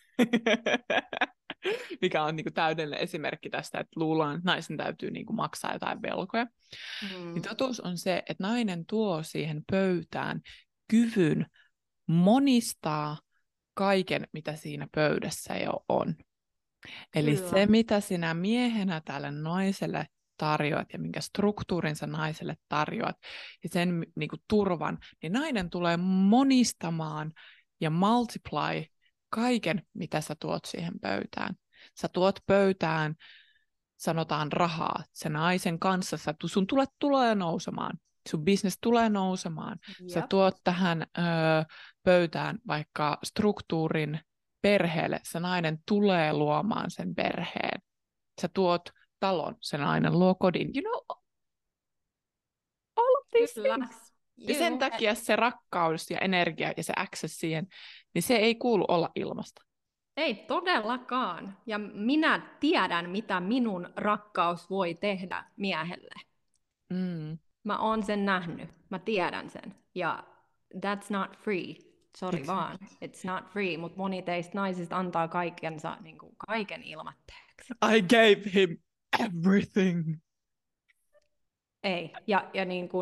Mikä on niin kuin täydellinen esimerkki tästä, että luullaan, että naisen täytyy niin kuin maksaa jotain velkoja. Mm. Niin totuus on se, että nainen tuo siihen pöytään kyvyn monistaa kaiken, mitä siinä pöydässä jo on. Eli Kyllä. se, mitä sinä miehenä tälle naiselle tarjoat ja minkä struktuurin sä naiselle tarjoat ja sen niin kuin turvan, niin nainen tulee monistamaan ja multiply kaiken, mitä sä tuot siihen pöytään. Sä tuot pöytään, sanotaan rahaa, sen naisen kanssa, sä, sun tulet tulee nousemaan, sun business tulee nousemaan. Jep. Sä tuot tähän ö, pöytään vaikka struktuurin perheelle, se nainen tulee luomaan sen perheen. Sä tuot talon, se nainen luo kodin. You know, all of these Kyllä. things. Ja sen takia se rakkaus ja energia ja se access siihen, niin se ei kuulu olla ilmasta. Ei todellakaan. Ja minä tiedän, mitä minun rakkaus voi tehdä miehelle. Mm. Mä oon sen nähnyt. Mä tiedän sen. Ja that's not free. Sori Exactly. vaan. It's not free. Mutta moni teistä naisista antaa kaikensa, niin kuin kaiken ilmatteeksi. I gave him everything. Ei. Ja, ja niin kuin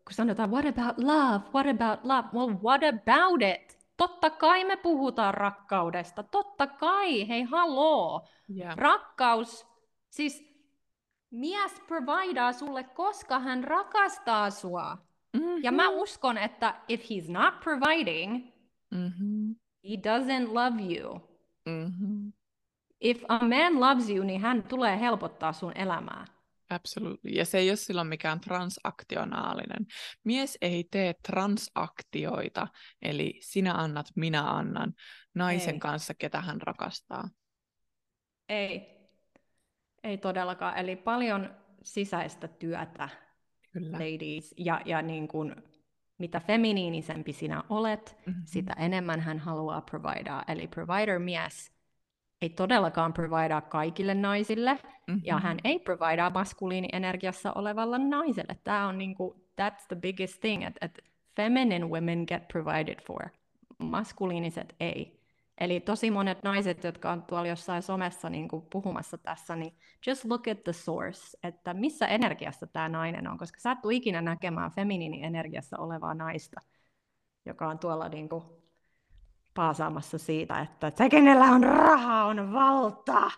kun sanotaan, what about love, what about love, well, what about it? Totta kai me puhutaan rakkaudesta, totta kai, hei haloo. Yeah. Rakkaus, siis mies providaa sulle, koska hän rakastaa sua. Mm-hmm. Ja mä uskon, että if he's not providing, mm-hmm. he doesn't love you. Mm-hmm. If a man loves you, niin hän tulee helpottaa sun elämää. Absolutely. Ja se ei ole silloin mikään transaktionaalinen. Mies ei tee transaktioita, eli sinä annat, minä annan, naisen ei. kanssa, ketä hän rakastaa. Ei. Ei todellakaan. Eli paljon sisäistä työtä, Kyllä. ladies. Ja, ja niin kuin, mitä feminiinisempi sinä olet, mm-hmm. sitä enemmän hän haluaa providea. Eli provider-mies ei todellakaan providea kaikille naisille, mm-hmm. ja hän ei providea maskuliinienergiassa olevalle naiselle. Tämä on niinku, that's the biggest thing, että et feminine women get provided for, maskuliiniset ei. Eli tosi monet naiset, jotka on tuolla jossain somessa niinku puhumassa tässä, niin just look at the source, että missä energiassa tämä nainen on, koska sä et tule ikinä näkemään feminiinienergiassa olevaa naista, joka on tuolla niinku paasaamassa siitä, että se, kenellä on rahaa, on valta.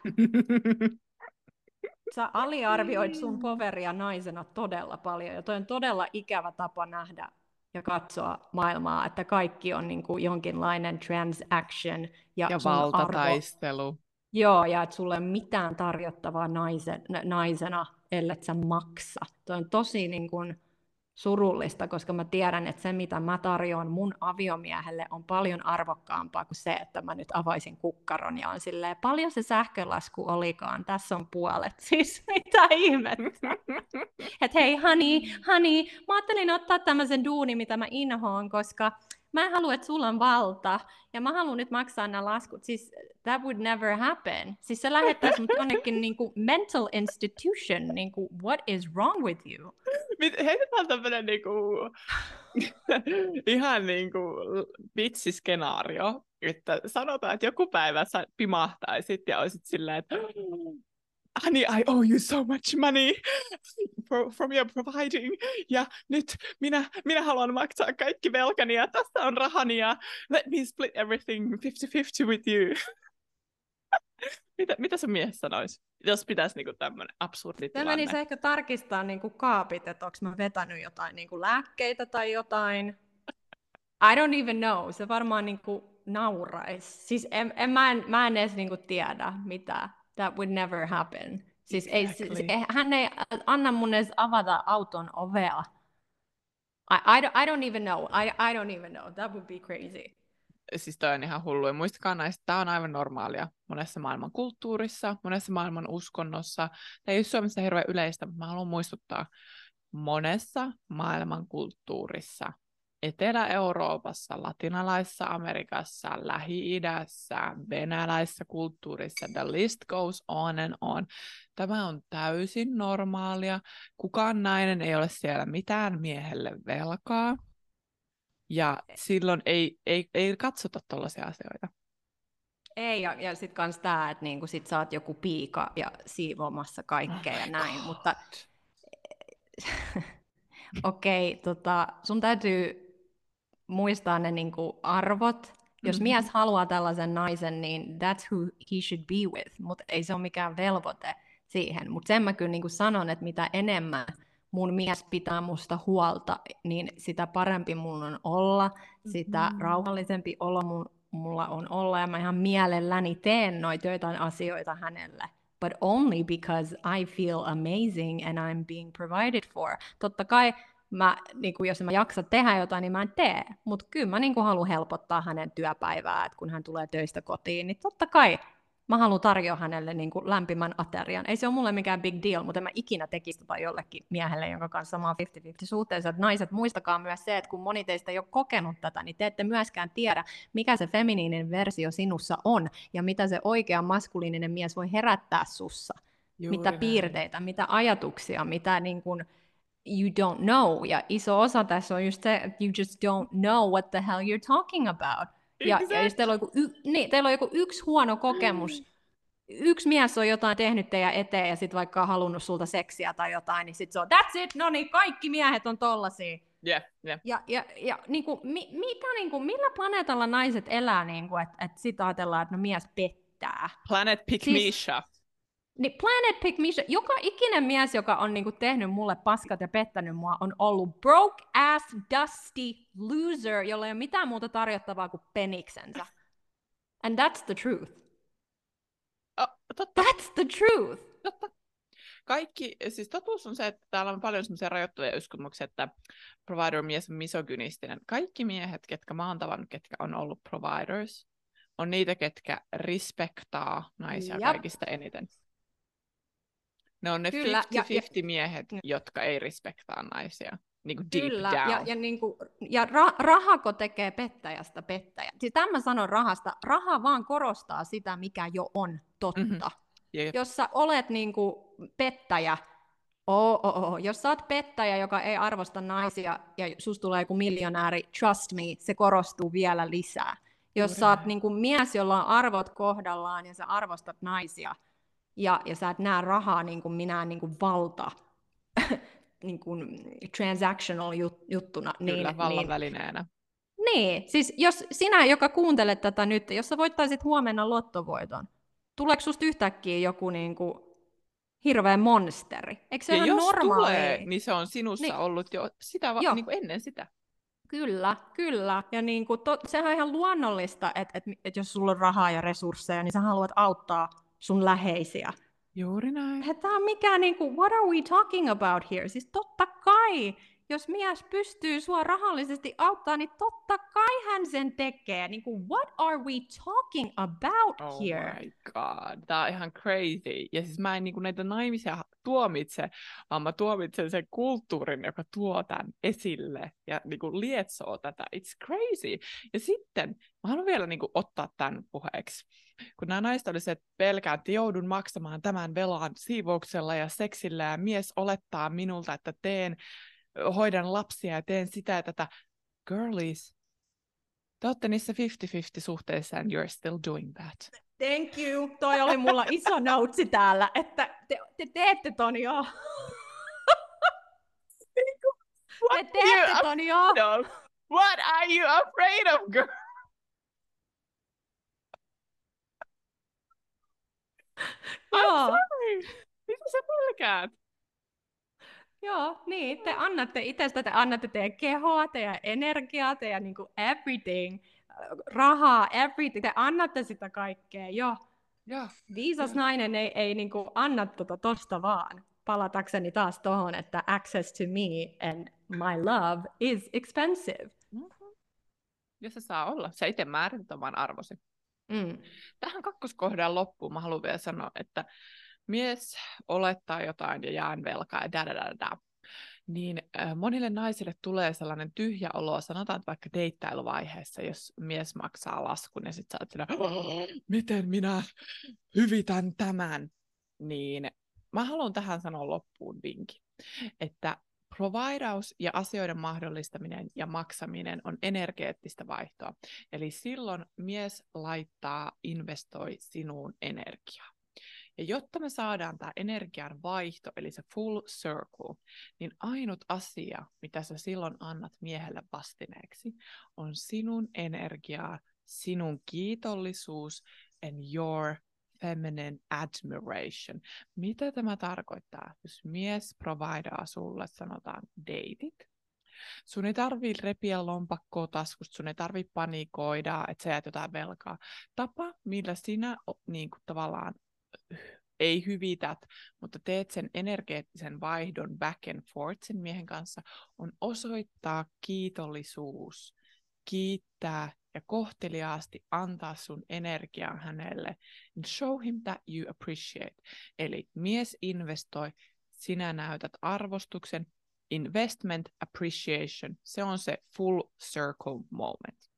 Sä aliarvioit sun poveria naisena todella paljon, ja toi on todella ikävä tapa nähdä ja katsoa maailmaa, että kaikki on niin kuin jonkinlainen transaction ja, ja sun valtataistelu. Arvo, joo, ja että sulla ei ole mitään tarjottavaa naisen, naisena, ellei sä maksa. Toi on tosi niin kuin surullista, koska mä tiedän, että se, mitä mä tarjoan mun aviomiehelle, on paljon arvokkaampaa kuin se, että mä nyt avaisin kukkaron ja on silleen, paljon se sähkölasku olikaan, tässä on puolet. Siis mitä ihmettä? Että hei, honey, honey, mä ajattelin ottaa tämmöisen duuni, mitä mä inhoon, koska mä en halua, että sulla on valta, ja mä haluan nyt maksaa nämä laskut. Siis that would never happen. Siis se lähettäisi mut jonnekin niinku mental institution, niinku what is wrong with you? Heitetään tämmönen niinku, ihan niinku vitsiskenaario, että sanotaan, että joku päivä sä pimahtaisit ja olisit silleen, että honey, I owe you so much money for, from your providing, ja nyt minä, minä haluan maksaa kaikki velkani, ja tässä on rahani, ja let me split everything fifty fifty with you. mitä, mitä se mies sanoisi, jos pitäisi niinku tämmöinen absurdi tilanne? Tämä menisi ehkä tarkistaa niinku kaapit, että onko mä vetänyt jotain niinku lääkkeitä tai jotain. I don't even know. Se varmaan niinku nauraisi. Siis en, en, mä, en, mä en edes niinku tiedä, mitä. That would never happen. Siis exactly. ei, se, hän ei anna mun edes avata auton ovea. I, I, don't, I don't even know. I, I don't even know. That would be crazy. Siis toi on ihan hullu. Ja muistakaa näistä, tämä on aivan normaalia monessa maailman kulttuurissa, monessa maailman uskonnossa. Tämä ei ole Suomessa hirveän yleistä, mutta mä haluan muistuttaa, monessa maailman kulttuurissa, Etelä-Euroopassa, Latinalaisessa Amerikassa, Lähi-idässä, venäläisessä kulttuurissa, the list goes on and on. Tämä on täysin normaalia. Kukaan nainen ei ole siellä mitään miehelle velkaa. Ja silloin ei, ei, ei katsota tollaisia asioita. Ei, ja, ja sitten kans tää, että niinku sit sä oot joku piika ja siivoamassa kaikkea oh ja näin, God. Mutta okei, okay, tota, sun täytyy muistaa ne niinku arvot. Jos mm-hmm. mies haluaa tällaisen naisen, niin that's who he should be with, mutta ei se ole mikään velvoite siihen. Mutta sen mä kyllä niinku sanon, että mitä enemmän mun mies pitää musta huolta, niin sitä parempi mun on olla, sitä mm-hmm. rauhallisempi olo mun, mulla on olla, ja mä ihan mielelläni teen noita joitain asioita hänelle. But only because I feel amazing and I'm being provided for. Totta kai, mä, niin kun jos mä jaksan tehdä jotain, niin mä en tee. Mutta kyllä mä niin haluan helpottaa hänen työpäivää, että kun hän tulee töistä kotiin, niin totta kai mä haluan tarjoa hänelle niin kuin lämpimän aterian. Ei se ole mulle mikään big deal, mutta en mä ikinä tekisi tota jollekin miehelle, jonka kanssa mä oon fifty fifty suhteessa. Että naiset, muistakaa myös se, että kun moni teistä ei ole kokenut tätä, niin te ette myöskään tiedä, mikä se feminiininen versio sinussa on, ja mitä se oikea maskuliininen mies voi herättää sussa. Juuri mitä näin. Piirteitä, mitä ajatuksia, mitä niin kuin you don't know. Ja iso osa tässä on just se, että you just don't know what the hell you're talking about. Ja, exactly. ja jos teillä on, joku y- niin, teillä on joku yksi huono kokemus, yksi mies on jotain tehnyt teidän eteen ja sitten vaikka on halunnut sulta seksiä tai jotain, niin sitten se on, that's it, no niin, kaikki miehet on tollasia. Yeah, yeah. Ja, ja, ja niin kuin, mi, mitä, niin kuin, millä planeetalla naiset elää, niin kuin, että, että sit ajatellaan, että no mies pettää. Planet Pick Siis, Misha. niin Planet Pick Misha, joka ikinen mies, joka on niin kuin, tehnyt mulle paskat ja pettänyt mua, on ollut broke ass, dusty loser, jolla ei ole mitään muuta tarjottavaa kuin peniksensä. And that's the truth. Oh, totta. That's the truth. Totta. Kaikki, siis totuus on se, että täällä on paljon semmoisia rajoittuja uskomuksia, että provider-mies on misogynistinen. Kaikki miehet, ketkä mä oon tavannut, ketkä on ollut providers, on niitä, ketkä respektaa naisia Jap. kaikista eniten. Ne on ne Kyllä, ja- viisikymmentä viisikymmentä miehet, jotka ei respektaa naisia. Niin kuin deep Kyllä, down. ja, ja, niin kuin, ja ra- rahako tekee pettäjästä pettäjä. Siis tämän sanon rahasta. Raha vaan korostaa sitä, mikä jo on totta. Mhm. Jep. Jos sä olet niin kuin pettäjä, oo, oo, oo. jos sä oot pettäjä, joka ei arvosta naisia, ja sus tulee joku miljonääri, trust me, se korostuu vielä lisää. Jos Juuri sä oot näin. niin kuin mies, jolla on arvot kohdallaan, ja sä arvostat naisia, ja, ja sä et näe rahaa niin kuin minään niin kuin valta, niin kuin transactional jut- juttuna, Kyllä, niin, vallan niin, välineenä. niin, siis jos sinä, joka kuuntelet tätä nyt, jos sä voittaisit huomenna lottovoiton, tuleeko susta yhtäkkiä joku niin kuin hirveä monsteri? Eikö se Ja ole ihan jos normaalia? tulee, niin se on sinussa Niin. ollut jo sitä va- Joo. niin kuin ennen sitä. Kyllä, kyllä. Ja niin kuin to, sehän on ihan luonnollista, että, että, että jos sulla on rahaa ja resursseja, niin sä haluat auttaa sun läheisiä. Juuri näin. Tämä on mikään, niin kuin, what are we talking about here? Siis totta kai, jos mies pystyy sua rahallisesti auttaa, niin totta kai hän sen tekee. Niin kuin, what are we talking about Oh here? my god, tää on ihan crazy. Ja siis mä en niinku näitä naimisia tuomitse, vaan mä tuomitsen sen kulttuurin, joka tuo tämän esille ja niinku lietsoo tätä. It's crazy. Ja sitten mä haluan vielä niinku ottaa tämän puheeksi. Kun nämä naiset oli se, että pelkään, että joudun maksamaan tämän velan siivouksella ja seksillä ja mies olettaa minulta, että teen, hoidan lapsia ja teen sitä ja tätä. Girlies, te olette niissä viisikymmentä viisikymmentä suhteissa and you're still doing that. Thank you. Toi oli mulla iso noutsi täällä, että te, te teette ton jo. What Te teette are ton you jo. afraid of? What are you afraid of, girl? I'm Joo. sorry. Mitä sä pelkäät? Joo, niin, te annatte itsestä, te annatte teidän kehoa, teidän energiaa, teidän niin kuin everything, rahaa, everything, te annatte sitä kaikkea, joo. Joo. Viisas nainen ei, ei niin kuin anna tota tosta vaan. Palatakseni taas tohon, että access to me and my love is expensive. Mm-hmm. Ja se saa olla. Sä itse määrität oman arvosi. Mm. Tähän kakkoskohdan loppuun mä haluan vielä sanoa, että mies olettaa jotain ja jään velkaa ja da da da da. Niin äh, monille naisille tulee sellainen tyhjä olo, sanotaan vaikka deittailuvaiheessa, jos mies maksaa laskun ja sitten sä oot siinä, miten minä hyvitän tämän, niin mä haluan tähän sanoa loppuun vinkin, että providaus ja asioiden mahdollistaminen ja maksaminen on energeettistä vaihtoa. Eli silloin mies laittaa, investoi sinuun energiaa. Ja jotta me saadaan tämä energian vaihto, eli se full circle, niin ainut asia, mitä sä silloin annat miehelle vastineeksi, on sinun energiaa, sinun kiitollisuus and your feminine admiration. Mitä tämä tarkoittaa? Jos mies providaa sulle, sanotaan deitit, sun ei tarvii repiä lompakkoa taskusta, sun ei tarvii panikoida, että sä jäät jotain velkaa. Tapa, millä sinä niin kuin tavallaan ei hyvität, mutta teet sen energeettisen vaihdon back and forth sen miehen kanssa, on osoittaa kiitollisuus, kiittää ja kohteliaasti antaa sun energiaa hänelle. And show him that you appreciate. Eli mies investoi, sinä näytät arvostuksen, investment, appreciation, se on se full circle moment.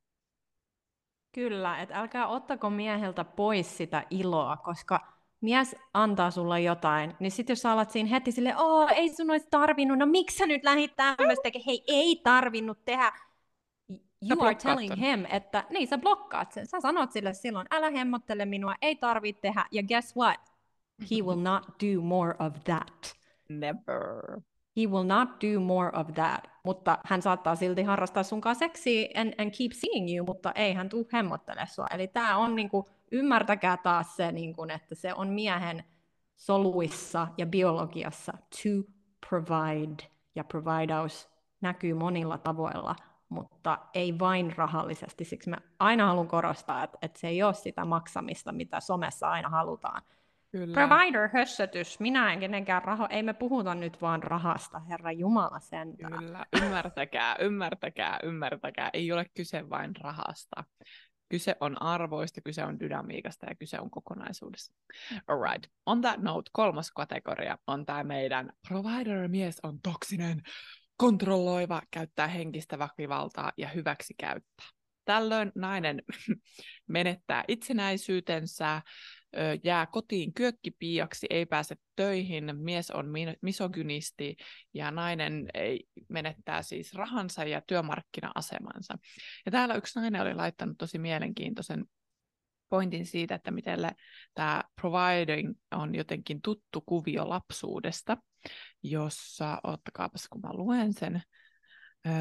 Kyllä, että älkää ottako mieheltä pois sitä iloa, koska mies antaa sulle jotain, niin sit jos sä alat siinä heti silleen, oo, ei sun olisi tarvinnut, no miksi sä nyt lähdit tämmöistä tekemään, hei, ei tarvinnut tehdä. You are telling him, että niin sä blokkaat sen. Sä sanot sille silloin, älä hemmottele minua, ei tarvitse tehdä, ja guess what? He will not do more of that. Never. he will not do more of that. Mutta hän saattaa silti harrastaa sunkaan seksiä and, and keep seeing you, mutta ei hän tuu hemmottele sua. Eli tää on niinku, ymmärtäkää taas se, niinku, että se on miehen soluissa ja biologiassa to provide, ja providaus näkyy monilla tavoilla, mutta ei vain rahallisesti. Siksi mä aina haluan korostaa, että, että se ei ole sitä maksamista, mitä somessa aina halutaan. Kyllä. Provider-hössötys, minä en kenenkään raho, ei me puhuta nyt vaan rahasta, Herra Jumala sentään. Kyllä, ymmärtäkää, ymmärtäkää, ymmärtäkää. Ei ole kyse vain rahasta. Kyse on arvoista, kyse on dynamiikasta ja kyse on kokonaisuudesta. Alright, on that note, kolmas kategoria on tämä meidän provider-mies on toksinen, kontrolloiva, käyttää henkistä väkivaltaa ja hyväksikäyttää. Tällöin nainen menettää itsenäisyytensä, jää kotiin kyökkipiiaksi, ei pääse töihin, mies on misogynisti ja nainen ei menettää siis rahansa ja työmarkkina-asemansa. Ja täällä yksi nainen oli laittanut tosi mielenkiintoisen pointin siitä, että miten tämä providing on jotenkin tuttu kuvio lapsuudesta, jossa, ottakaapas kun mä luen sen, öö,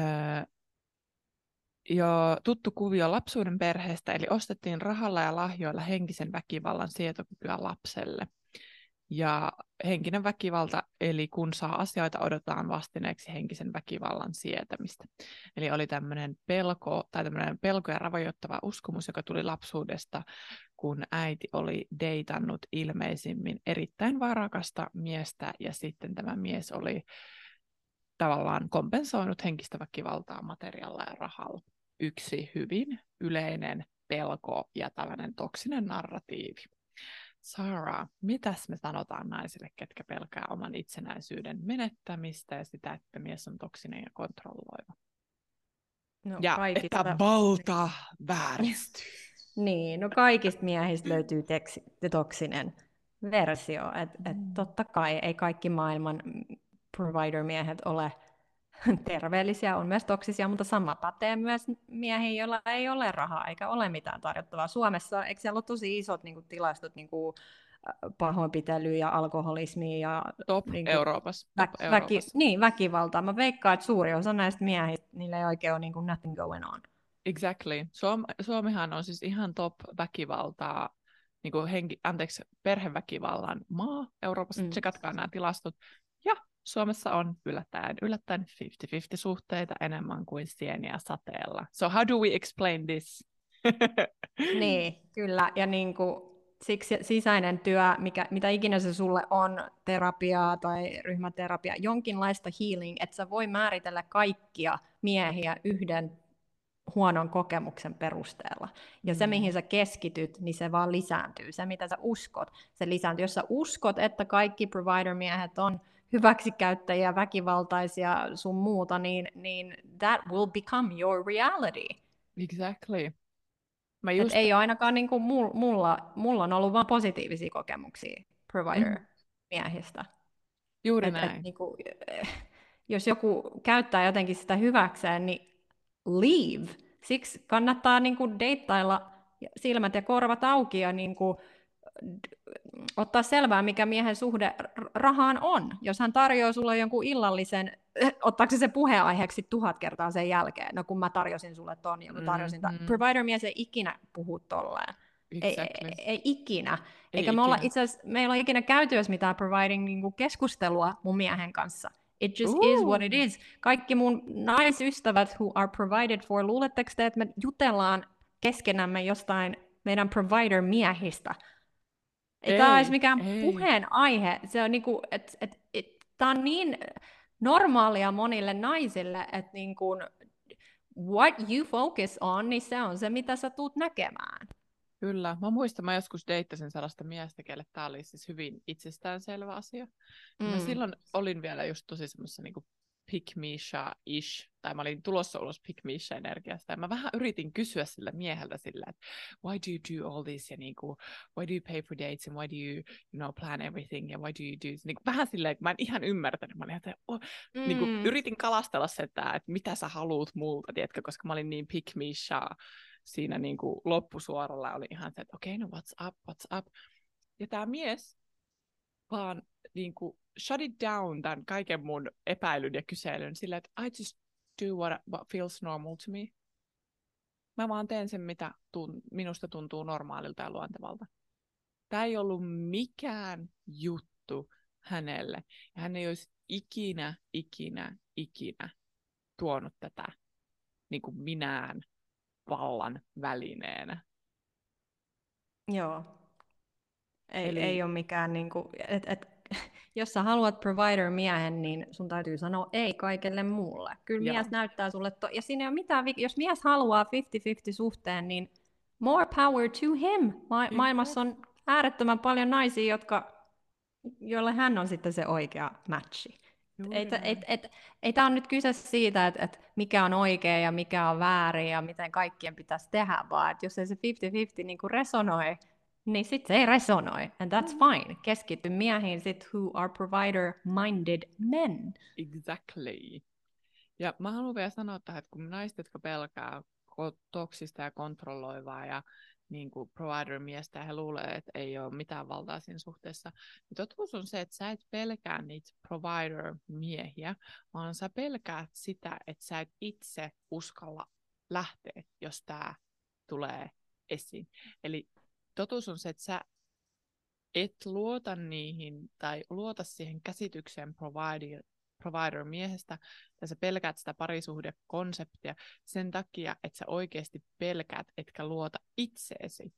jo tuttu kuvio lapsuuden perheestä, eli ostettiin rahalla ja lahjoilla henkisen väkivallan sietokykyä lapselle. Ja henkinen väkivalta, eli kun saa asioita, odotetaan vastineeksi henkisen väkivallan sietämistä. Eli oli tämmöinen pelko, tai tämmöinen pelko ja ravoittava uskomus, joka tuli lapsuudesta, kun äiti oli deitannut ilmeisimmin erittäin varakasta miestä, ja sitten tämä mies oli tavallaan kompensoinut henkistä väkivaltaa materiaalilla ja rahalla. Yksi hyvin yleinen pelko ja tällainen toksinen narratiivi. Sarah, mitäs me sanotaan naisille, ketkä pelkää oman itsenäisyyden menettämistä ja sitä, että mies on toksinen ja kontrolloiva? No, ja kaikista... että valta vääristyy. Niin, no kaikista miehistä löytyy teksi, toksinen versio. Et, et totta kai ei kaikki maailman provider-miehet ole terveellisiä, on myös toksisia, mutta sama pätee myös miehiin, joilla ei ole rahaa eikä ole mitään tarjottavaa. Suomessa, eikö siellä ole tosi isot niin kuin, tilastot niin kuin, pahoinpitelyä ja alkoholismia ja Top niin kuin, Euroopassa. Vä- Top väki- Euroopassa. niin, väkivaltaa. Mä veikkaan, että suuri osa näistä miehistä, niillä ei oikein ole niin kuin, nothing going on. Exactly. Suom- Suomihan on siis ihan top väkivaltaa, niin kuin henki- anteeksi, perheväkivallan maa Euroopassa. Mm. Tsekatkaa nämä tilastot. Ja Suomessa on yllättäen, yllättäen viisikymmentä viisikymmentä suhteita enemmän kuin sieniä sateella. So how do we explain this? Niin, kyllä. Ja niin kuin, siksi sisäinen työ, mikä, mitä ikinä se sulle on, terapiaa tai ryhmäterapia, jonkinlaista healing, että sä voi määritellä kaikkia miehiä yhden huonon kokemuksen perusteella. Ja mm. se, mihin sä keskityt, niin se vaan lisääntyy. Se, mitä sä uskot, se lisääntyy. Jos sä uskot, että kaikki provider-miehet on hyväksikäyttäjiä, väkivaltaisia, sun muuta, niin, niin that will become your reality. Exactly. Mä just... ei ole ainakaan niin kuin mulla, mulla on ollut vain positiivisia kokemuksia provider-miehistä. Juuri et, näin. Et, niin kuin, jos joku käyttää jotenkin sitä hyväkseen, niin leave. Siksi kannattaa niin kuin deittailla silmät ja korvat auki ja niin kuin ottaa selvää, mikä miehen suhde rahaan on. Jos hän tarjoaa sulle jonkun illallisen, ottaako se puheenaiheeksi tuhat kertaa sen jälkeen? No kun mä tarjosin sulle ton ja kun tarjosin mm-hmm. Provider-mies ei ikinä puhu tolleen. Exactly. Ei, ei, ei ikinä. Ei Eikä me ikinä. olla itse asiassa, meillä on ikinä käyty edes mitään providing niin keskustelua mun miehen kanssa. It just Ooh. is what it is. Kaikki mun naisystävät who are provided for, luuletteko te, että me jutellaan keskenämme jostain meidän provider-miehistä? Ei, ei tämä olisi mikään ei. puheenaihe. Se on niinku, et, et, et, tämä on niin normaalia monille naisille, että niinku, what you focus on, niin se on se, mitä sä tuut näkemään. Kyllä. Mä muistan, mä joskus deittasin sellaista miestä, kelle tämä oli siis hyvin itsestäänselvä asia. Mm. Mä silloin olin vielä just tosi semmoisessa niinku pick me ish tai mä olin tulossa ulos pick me energiasta ja mä vähän yritin kysyä sille mieheltä sillä, että why do you do all this ja niinku, why do you pay for dates and why do you, you know, plan everything and why do you do this? Niinku, vähän silleen, että mä en ihan ymmärtänyt, mä olin, että oh, mm. niinku, yritin kalastella sitä, että mitä sä haluut multa, tiedätkö, koska mä olin niin pick me siinä niinku loppusuoralla oli ihan se, että okei, okay, no what's up, what's up. Ja tää mies vaan niinku shut it down tämän kaiken mun epäilyn ja kyselyn sillä, että I just do what, what feels normal to me. Mä vaan teen sen, mitä tun, minusta tuntuu normaalilta ja luontevalta. Tämä ei ollut mikään juttu hänelle. Ja hän ei olisi ikinä, ikinä, ikinä tuonut tätä niin kuin minään vallan välineenä. Joo. Ei, Eli... ei ole mikään, niin kuin, et, et, jos sä haluat provider-miehen, niin sun täytyy sanoa ei kaikelle muulle. Kyllä Joo. mies näyttää sulle, to- ja siinä ei ole mitään, jos mies haluaa viisikymmentä viisikymmentä suhteen, niin more power to him. Ma- maailmassa on äärettömän paljon naisia, jotka, joille hän on sitten se oikea matchi. Ei, ei, ei, ei tämä ole nyt kyse siitä, että, että mikä on oikea ja mikä on väärin ja miten kaikkien pitäisi tehdä, vaan että jos ei se viisikymmentä viisikymmentä niin kuin resonoi, niin sitten se ei resonoi, and that's fine. Keskity miehiin sit who are provider-minded men. Exactly. Ja mä haluan vielä sanoa tähän, että kun naiset, jotka pelkää toksista ja kontrolloivaa ja niin kuin provider-miestä ja he luulee, että ei ole mitään valtaa siinä suhteessa, niin totuus on se, että sä et pelkää niitä provider-miehiä, vaan sä pelkäät sitä, että sä et itse uskalla lähteä, jos tää tulee esiin. Eli totuus on se, että sä et luota niihin tai luota siihen käsitykseen provider, provider-miehestä, tai sä pelkäät sitä parisuhdekonseptia sen takia, että sä oikeasti pelkäät, etkä luota itseesi.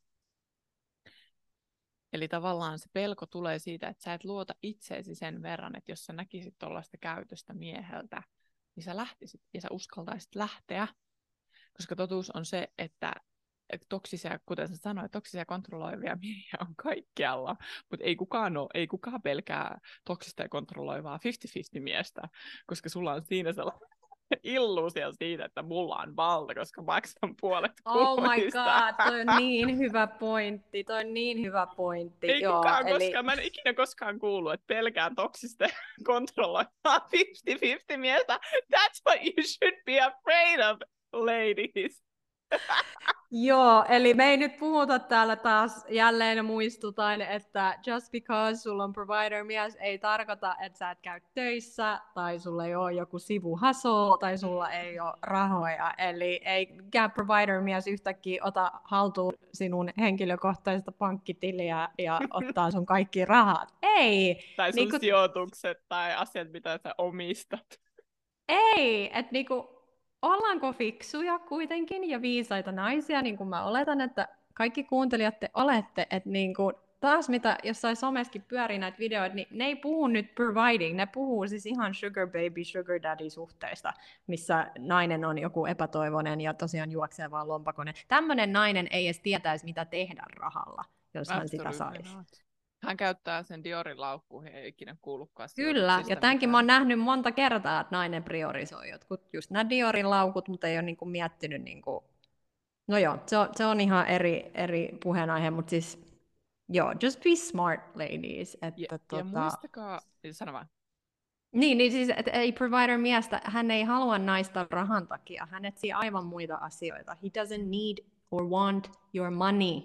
Eli tavallaan se pelko tulee siitä, että sä et luota itseesi sen verran, että jos sä näkisit tuollaista käytöstä mieheltä, niin sä lähtisit ja sä uskaltaisit lähteä. Koska totuus on se, että toksisia, kuten sä sanoit, toksisia kontrolloivia miehiä on kaikkialla, mutta ei kukaan ole, ei kukaan pelkää toksista ja kontrolloivaa viisikymmentä viisikymmentä miestä, koska sulla on siinä sellainen illuusio siitä, että mulla on valta, koska maksan puolet Oh my kuluista. god, toi on niin hyvä pointti, toi on niin hyvä pointti. Ei Joo, kukaan eli... koskaan, mä en ikinä koskaan kuullut, että pelkää toksista ja kontrolloivaa viisikymmentä viisikymmentä miestä. That's what you should be afraid of, ladies. Joo, eli me ei nyt puhuta täällä taas, jälleen muistutan, että just because sulla on provider-mies ei tarkoita, että sä et käy töissä, tai sulla ei ole joku sivuhustle, tai sulla ei ole rahoja. Eli ei mikään provider-mies yhtäkkiä ota haltuun sinun henkilökohtaista pankkitiliä ja ottaa sun kaikki rahat. Ei! Tai sun niinku... sijoitukset tai asiat, mitä sä omistat. Ei! Että niinku... Ollaanko fiksuja kuitenkin ja viisaita naisia, niin kuin mä oletan, että kaikki kuuntelijat te olette, että niin kuin taas mitä jossain someskin pyörii näitä videoita, niin ne ei puhu nyt providing, ne puhuu siis ihan sugar baby, sugar daddy suhteista, missä nainen on joku epätoivoinen ja tosiaan juoksee vaan lompakonen. Tämmöinen nainen ei edes tietäisi, mitä tehdä rahalla, jos hän sitä saisi. Hän käyttää sen Diorin laukkuun, ei ikinä kuullutkaan. Kyllä, ja tämänkin mä oon nähnyt monta kertaa, että nainen priorisoi jotkut just nämä Diorin laukut, mutta ei ole niinku miettinyt, niinku... no joo, se on, se on ihan eri, eri puheenaihe, mutta siis joo, just be smart ladies. Että, ja, tota... ja muistakaa, sano vaan. Niin, niin siis, että ei provider miestä, hän ei halua naista rahan takia, hän etsii aivan muita asioita. He doesn't need or want your money.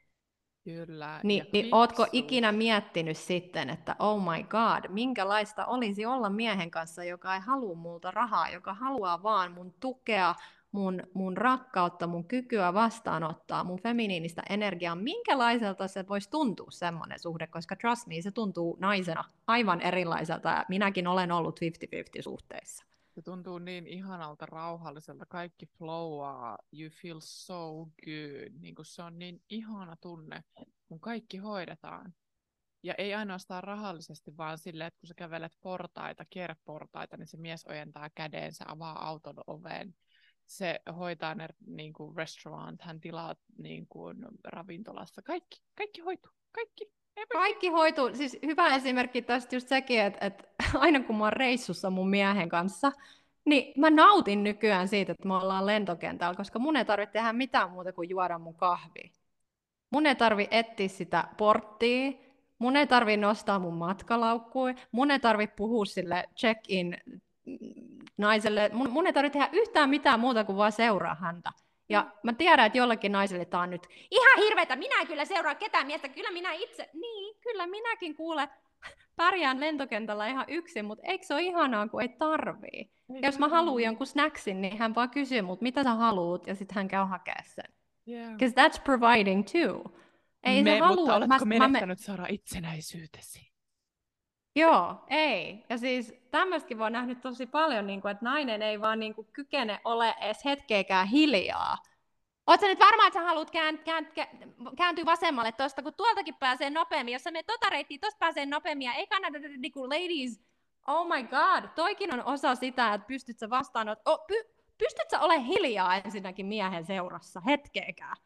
Kyllä. Niin, niin ootko ikinä miettinyt sitten, että oh my god, minkälaista olisi olla miehen kanssa, joka ei halua multa rahaa, joka haluaa vaan mun tukea, mun, mun rakkautta, mun kykyä vastaanottaa, mun feminiinistä energiaa. Minkälaiselta se voisi tuntua semmoinen suhde, koska trust me, se tuntuu naisena aivan erilaiselta. Minäkin olen ollut viisikymmentä viisikymmentä suhteissa. Se tuntuu niin ihanalta, rauhalliselta, kaikki flowaa, you feel so good, niin kuin se on niin ihana tunne, kun kaikki hoidetaan. Ja ei ainoastaan rahallisesti, vaan silleen, että kun sä kävelet portaita, kierreportaita, niin se mies ojentaa kädensä, avaa auton oveen, se hoitaa ne niin kuin restaurant, hän tilaa niin kuin ravintolassa, kaikki, kaikki hoituu, kaikki. Kaikki hoituu. Siis hyvä esimerkki tästä just sekin, että, että aina kun mä oon reissussa mun miehen kanssa, niin mä nautin nykyään siitä, että me ollaan lentokentällä, koska mun ei tarvitse tehdä mitään muuta kuin juoda mun kahvia. Mun ei tarvi etsiä sitä porttia, mun ei tarvi nostaa mun matkalaukkui, mun ei tarvi puhua sille check-in naiselle, mun, mun ei tarvi tehdä yhtään mitään muuta kuin vaan seuraa häntä. Ja mä tiedän, että jollakin naiselle tää on nyt ihan hirveetä, minä en kyllä seuraa ketään miestä, kyllä minä itse, niin, kyllä minäkin kuule, pärjään lentokentällä ihan yksin, mutta eikö se ole ihanaa, kun ei tarvii? Ei Ja jos mä haluan tarvii. jonkun snacksin, niin hän vaan kysyy mut, mitä sä haluut, ja sitten hän käy hakea sen. Yeah. Because that's providing too. Ei Me, se halua, mutta että mä, oletko mä me... menettänyt Sara itsenäisyytesi? Joo, ei. Ja siis tämmöistäkin voi nähdä tosi paljon, niin kuin, että nainen ei vaan niin kuin, kykene ole edes hetkeäkään hiljaa. Oletko nyt varma, että sä haluat kään, kään, kään, kääntyä vasemmalle tosta, kun tuoltakin pääsee nopeammin. Jos sä menet tota reittiä, tosta pääsee nopeammin. Ja ei kannata, niin kuin, ladies, oh my god, toikin on osa sitä, että pystyt sä vastaan, oh, py, pystyt sä olemaan hiljaa ensinnäkin miehen seurassa hetkeäkään.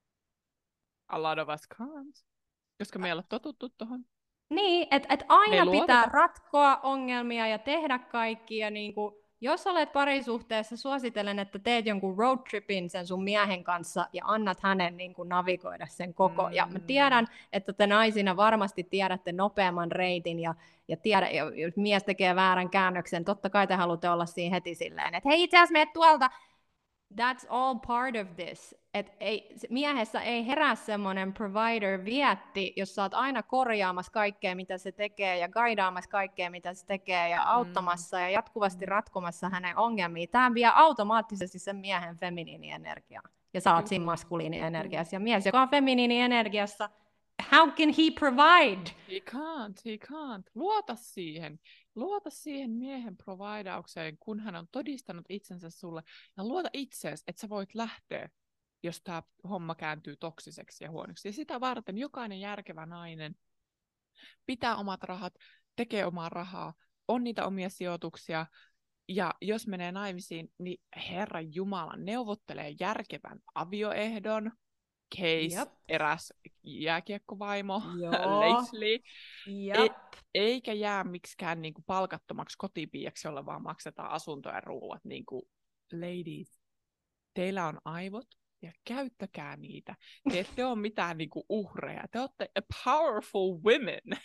A lot of us can't. Koska me ei ole totuttu tuohon. Niin, että et aina Me pitää luoteta. ratkoa ongelmia ja tehdä kaikkia. Niin kuin, jos olet parisuhteessa, suosittelen, että teet jonkun roadtripin sen sun miehen kanssa ja annat hänen niin kuin, navigoida sen koko. Mm. Ja mä tiedän, että te naisina varmasti tiedätte nopeamman reitin ja, ja tiedä, jos mies tekee väärän käännöksen, totta kai te haluatte olla siinä heti silleen, että hei itse asiassa meet tuolta. That's all part of this. Et ei, miehessä ei herää semmoinen provider-vietti, jos sä oot aina korjaamassa kaikkea, mitä se tekee, ja guidaamassa kaikkea, mitä se tekee, ja auttamassa, ja jatkuvasti ratkomassa hänen ongelmiin. Tämä vie automaattisesti sen miehen feminiinienergiaa. Ja sä oot siinä maskuliinienergiassa. Ja mies, joka on feminiinienergiassa, how can he provide? He can't, he can't. Luota siihen. Luota siihen miehen providaukseen, kun hän on todistanut itsensä sulle. Ja luota itseesi, että sä voit lähteä, jos tämä homma kääntyy toksiseksi ja huonoksi. Ja sitä varten jokainen järkevä nainen pitää omat rahat, tekee omaa rahaa, on niitä omia sijoituksia. Ja jos menee naimisiin, niin Herran Jumala neuvottelee järkevän avioehdon. Case, yep. Eräs jääkiekkovaimo, lately, yep. e- eikä jää miksikään niinku palkattomaksi kotipiiaksi, jolle vaan maksetaan asunto ja ruuat. Niinku, ladies, teillä on aivot ja käyttäkää niitä. Te ette ole mitään niinku uhreja, te olette a powerful women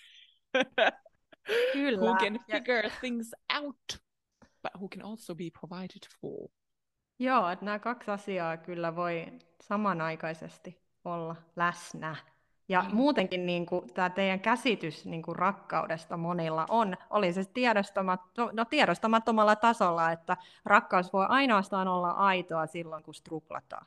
Kyllä. who can figure ja... things out, but who can also be provided for. Joo, että nämä kaksi asiaa kyllä voi samanaikaisesti olla läsnä. Ja mm. muutenkin niin kuin, tämä teidän käsitys niin kuin rakkaudesta monilla on, oli se tiedostamat, no, tiedostamattomalla tasolla, että rakkaus voi ainoastaan olla aitoa silloin, kun struklataan.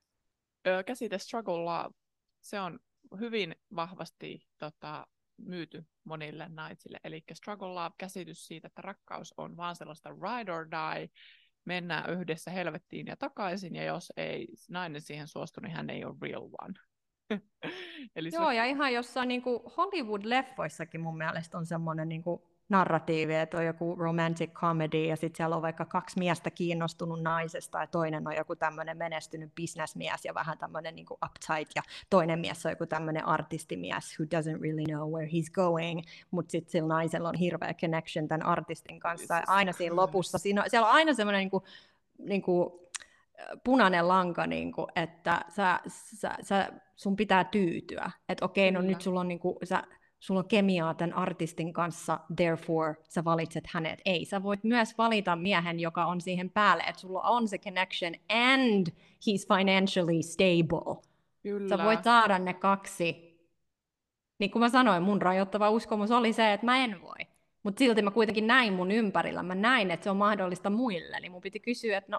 Käsite struggle love, se on hyvin vahvasti tota, myyty monille naisille. Eli struggle love, käsitys siitä, että rakkaus on vaan sellaista ride or die, mennään yhdessä helvettiin ja takaisin, ja jos ei nainen siihen suostu, niin hän ei ole real one. Eli Joo, se... ja ihan jossain niin kuin Hollywood-leffoissakin mun mielestä on semmoinen niin kuin narratiivi, että on joku romantic comedy, ja sitten siellä on vaikka kaksi miestä kiinnostunut naisesta, ja toinen on joku tämmöinen menestynyt businessmies, ja vähän tämmöinen niin kuin uptight, ja toinen mies on joku tämmöinen artistimies, who doesn't really know where he's going, mutta sitten sillä naisella on hirveä connection tämän artistin kanssa, ja aina siinä lopussa, siinä on, siellä on aina semmoinen niin kuin, niin kuin punainen lanka, niin kuin, että sä, sä, sä, sun pitää tyytyä, että okei, okay, no nyt sulla on, niin kuin, sä, sulla on kemiaa tämän artistin kanssa, therefore sä valitset hänet. Ei, sä voit myös valita miehen, joka on siihen päälle, että sulla on se connection and he's financially stable. Kyllä. Sä voit saada ne kaksi. Niin kuin mä sanoin, mun rajoittava uskomus oli se, että mä en voi. Mutta silti mä kuitenkin näin mun ympärillä. Mä näin, että se on mahdollista muille. Niin mun piti kysyä, että no,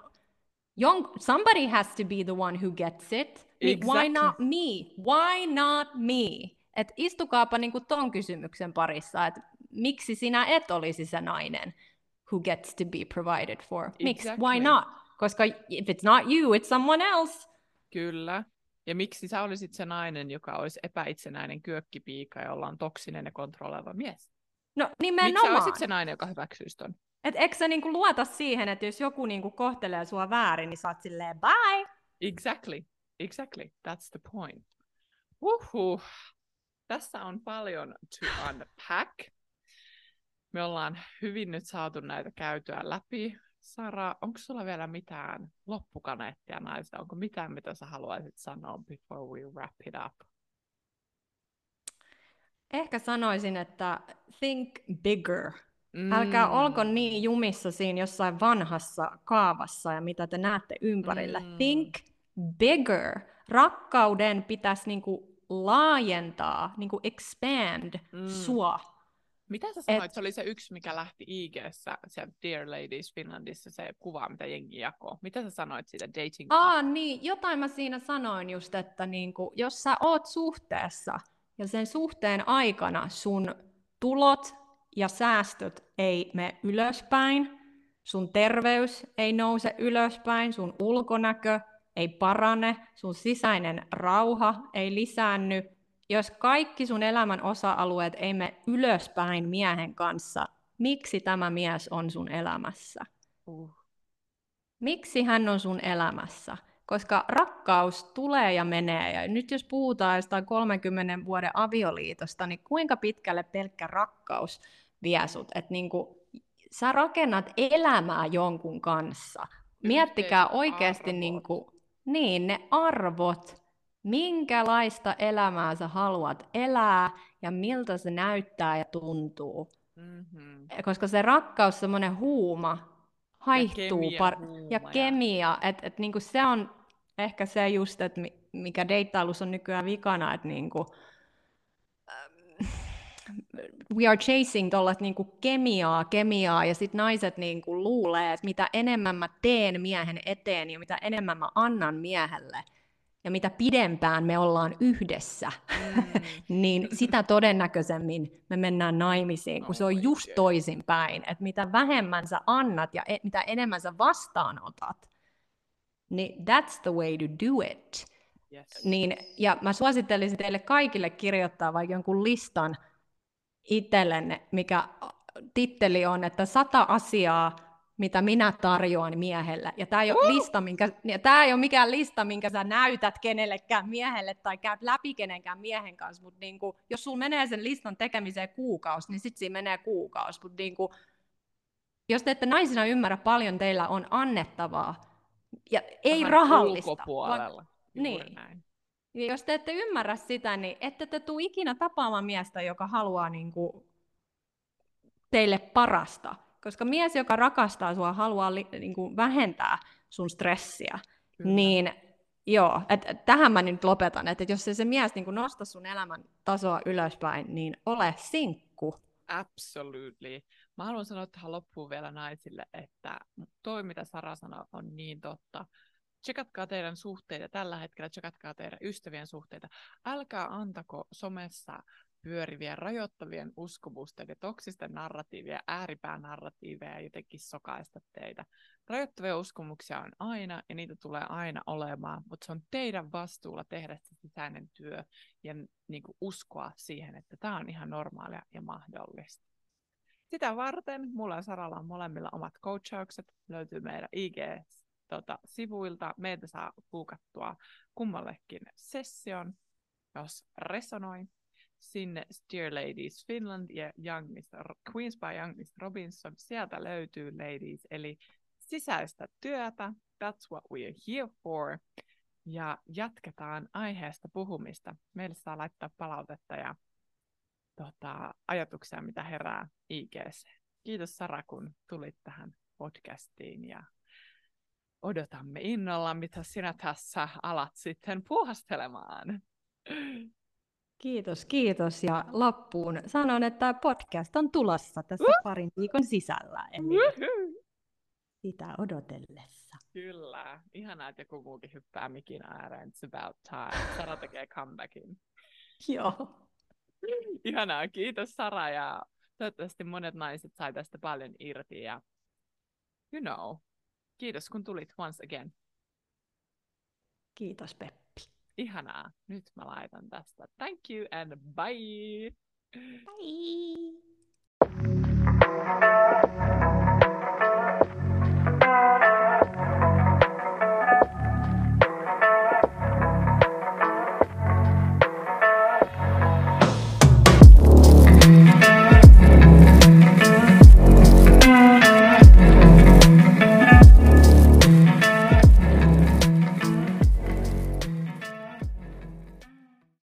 somebody has to be the one who gets it. Niin exactly. Why not me? Why not me? Et istukaapa niinku ton kysymyksen parissa, että miksi sinä et olisi se nainen who gets to be provided for? Miksi? Exactly. Why not? Koska if it's not you, it's someone else. Kyllä. Ja miksi sä olisit se nainen, joka olisi epäitsenäinen kyökkipiika, jolla on toksinen ja kontrolloiva mies? No nimenomaan. Miksi sä olisit se nainen, joka hyväksyisi ton? Et eikö sä niinku luota siihen, että jos joku niinku kohtelee sua väärin, niin sä oot silleen bye? Exactly. Exactly. That's the point. Uhuh. Tässä on paljon to unpack. Me ollaan hyvin nyt saatu näitä käytyä läpi. Sara, onko sulla vielä mitään loppukaneettia naista? Onko mitään, mitä sä haluaisit sanoa before we wrap it up? Ehkä sanoisin, että think bigger. Mm. Älkää olko niin jumissa siinä jossain vanhassa kaavassa ja mitä te näette ympärillä. Mm. Think bigger. Rakkauden pitäisi niinku laajentaa, niinku expand mm. sua. Mitä sä sanoit? Et... Se oli se yksi, mikä lähti I G:ssä, se Dear Ladies Finlandissa, se kuva, mitä jengi jakoo. Mitä sä sanoit siitä dating? Aa, niin, jotain mä siinä sanoin just, että niinku, jos sä oot suhteessa ja sen suhteen aikana sun tulot ja säästöt ei mene ylöspäin, sun terveys ei nouse ylöspäin, sun ulkonäkö ei parane, sun sisäinen rauha ei lisäänny, jos kaikki sun elämän osa-alueet ei mene ylöspäin miehen kanssa, miksi tämä mies on sun elämässä? Uh. Miksi hän on sun elämässä? Koska rakkaus tulee ja menee. Ja nyt jos puhutaan jostain kolmenkymmenen vuoden avioliitosta, niin kuinka pitkälle pelkkä rakkaus vie sut? Että niinku, sä rakennat elämää jonkun kanssa. Miettikää oikeasti niinku, niin, ne arvot, minkälaista elämää sä haluat elää ja miltä se näyttää ja tuntuu. Mm-hmm. Koska se rakkaus, semmoinen huuma, haihtuu ja par- kemia, ja kemia. että et niinku se on ehkä se just, että mikä deittailussa on nykyään vikana, että niinku, we are chasing tuolla niinku kemiaa, kemiaa, ja sitten naiset niinku luulee, että mitä enemmän mä teen miehen eteen ja mitä enemmän mä annan miehelle, ja mitä pidempään me ollaan yhdessä, mm. niin sitä todennäköisemmin me mennään naimisiin, kun se on just toisinpäin. Että mitä vähemmän sä annat ja e- mitä enemmän sä vastaanotat, niin that's the way to do it. Yes. Niin, ja mä suosittelisin teille kaikille kirjoittaa vaikka jonkun listan itsellenne, mikä titteli on, että sata asiaa, mitä minä tarjoan miehelle. Ja tämä ei, uh! lista, minkä, tämä ei ole mikään lista, minkä sä näytät kenellekään miehelle tai käyt läpi kenenkään miehen kanssa, mutta niinku, jos sulla menee sen listan tekemiseen kuukausi, niin sitten siinä menee kuukausi. Mutta niinku, jos te ette naisina ymmärrä, paljon teillä on annettavaa, ja ei vähän rahallista. Ulkopuolella. Vaan, niin. Näin. Ja jos te ette ymmärrä sitä, niin ette te tule ikinä tapaamaan miestä, joka haluaa niinku teille parasta. Koska mies, joka rakastaa sua, haluaa li, niin kuin vähentää sun stressiä. Kyllä. Niin joo, et, et, tähän mä nyt lopetan, että et jos se, se mies niin kuin nosta sun elämän tasoa ylöspäin, niin ole sinkku. Absolutely. Mä haluan sanoa tähän loppuun vielä naisille, että toi mitä Sara sanoi on niin totta. Tsekatkaa teidän suhteita tällä hetkellä, tsekatkaa teidän ystävien suhteita. Älkää antako somessa pyörivien, rajoittavien uskomusten ja toksisten narratiivia, ääripäänarratiiveja jotenkin sokaista teitä. Rajoittavia uskomuksia on aina, ja niitä tulee aina olemaan, mutta se on teidän vastuulla tehdä se sisäinen työ ja niin kuin uskoa siihen, että tämä on ihan normaalia ja mahdollista. Sitä varten mulla ja Saralla on molemmilla omat coachaukset, löytyy meidän I G-sivuilta. Meiltä saa buukattua kummallekin session, jos resonoi. Sinne Dear Ladies Finland ja Young mister Queens by Young mister Robinson. Sieltä löytyy ladies, eli sisäistä työtä. That's what we are here for. Ja jatketaan aiheesta puhumista. Meille saa laittaa palautetta ja tota, ajatuksia, mitä herää I G:ssä. Kiitos Sara, kun tulit tähän podcastiin ja odotamme innolla, mitä sinä tässä alat sitten puuhastelemaan. Kiitos, kiitos. Ja loppuun sanon, että podcast on tulossa tässä uh! parin viikon sisällä. Eli uh-huh. sitä odotellessa. Kyllä. Ihanaa, että joku muukin hyppää mikin ääreen. It's about time. Sara tekee comebackin. Joo. Ihanaa. Kiitos Sara. Ja toivottavasti monet naiset sai tästä paljon irti. Ja you know. Kiitos kun tulit once again. Kiitos Peppi. Ihanaa. Nyt mä laitan tästä. Thank you and bye! Bye!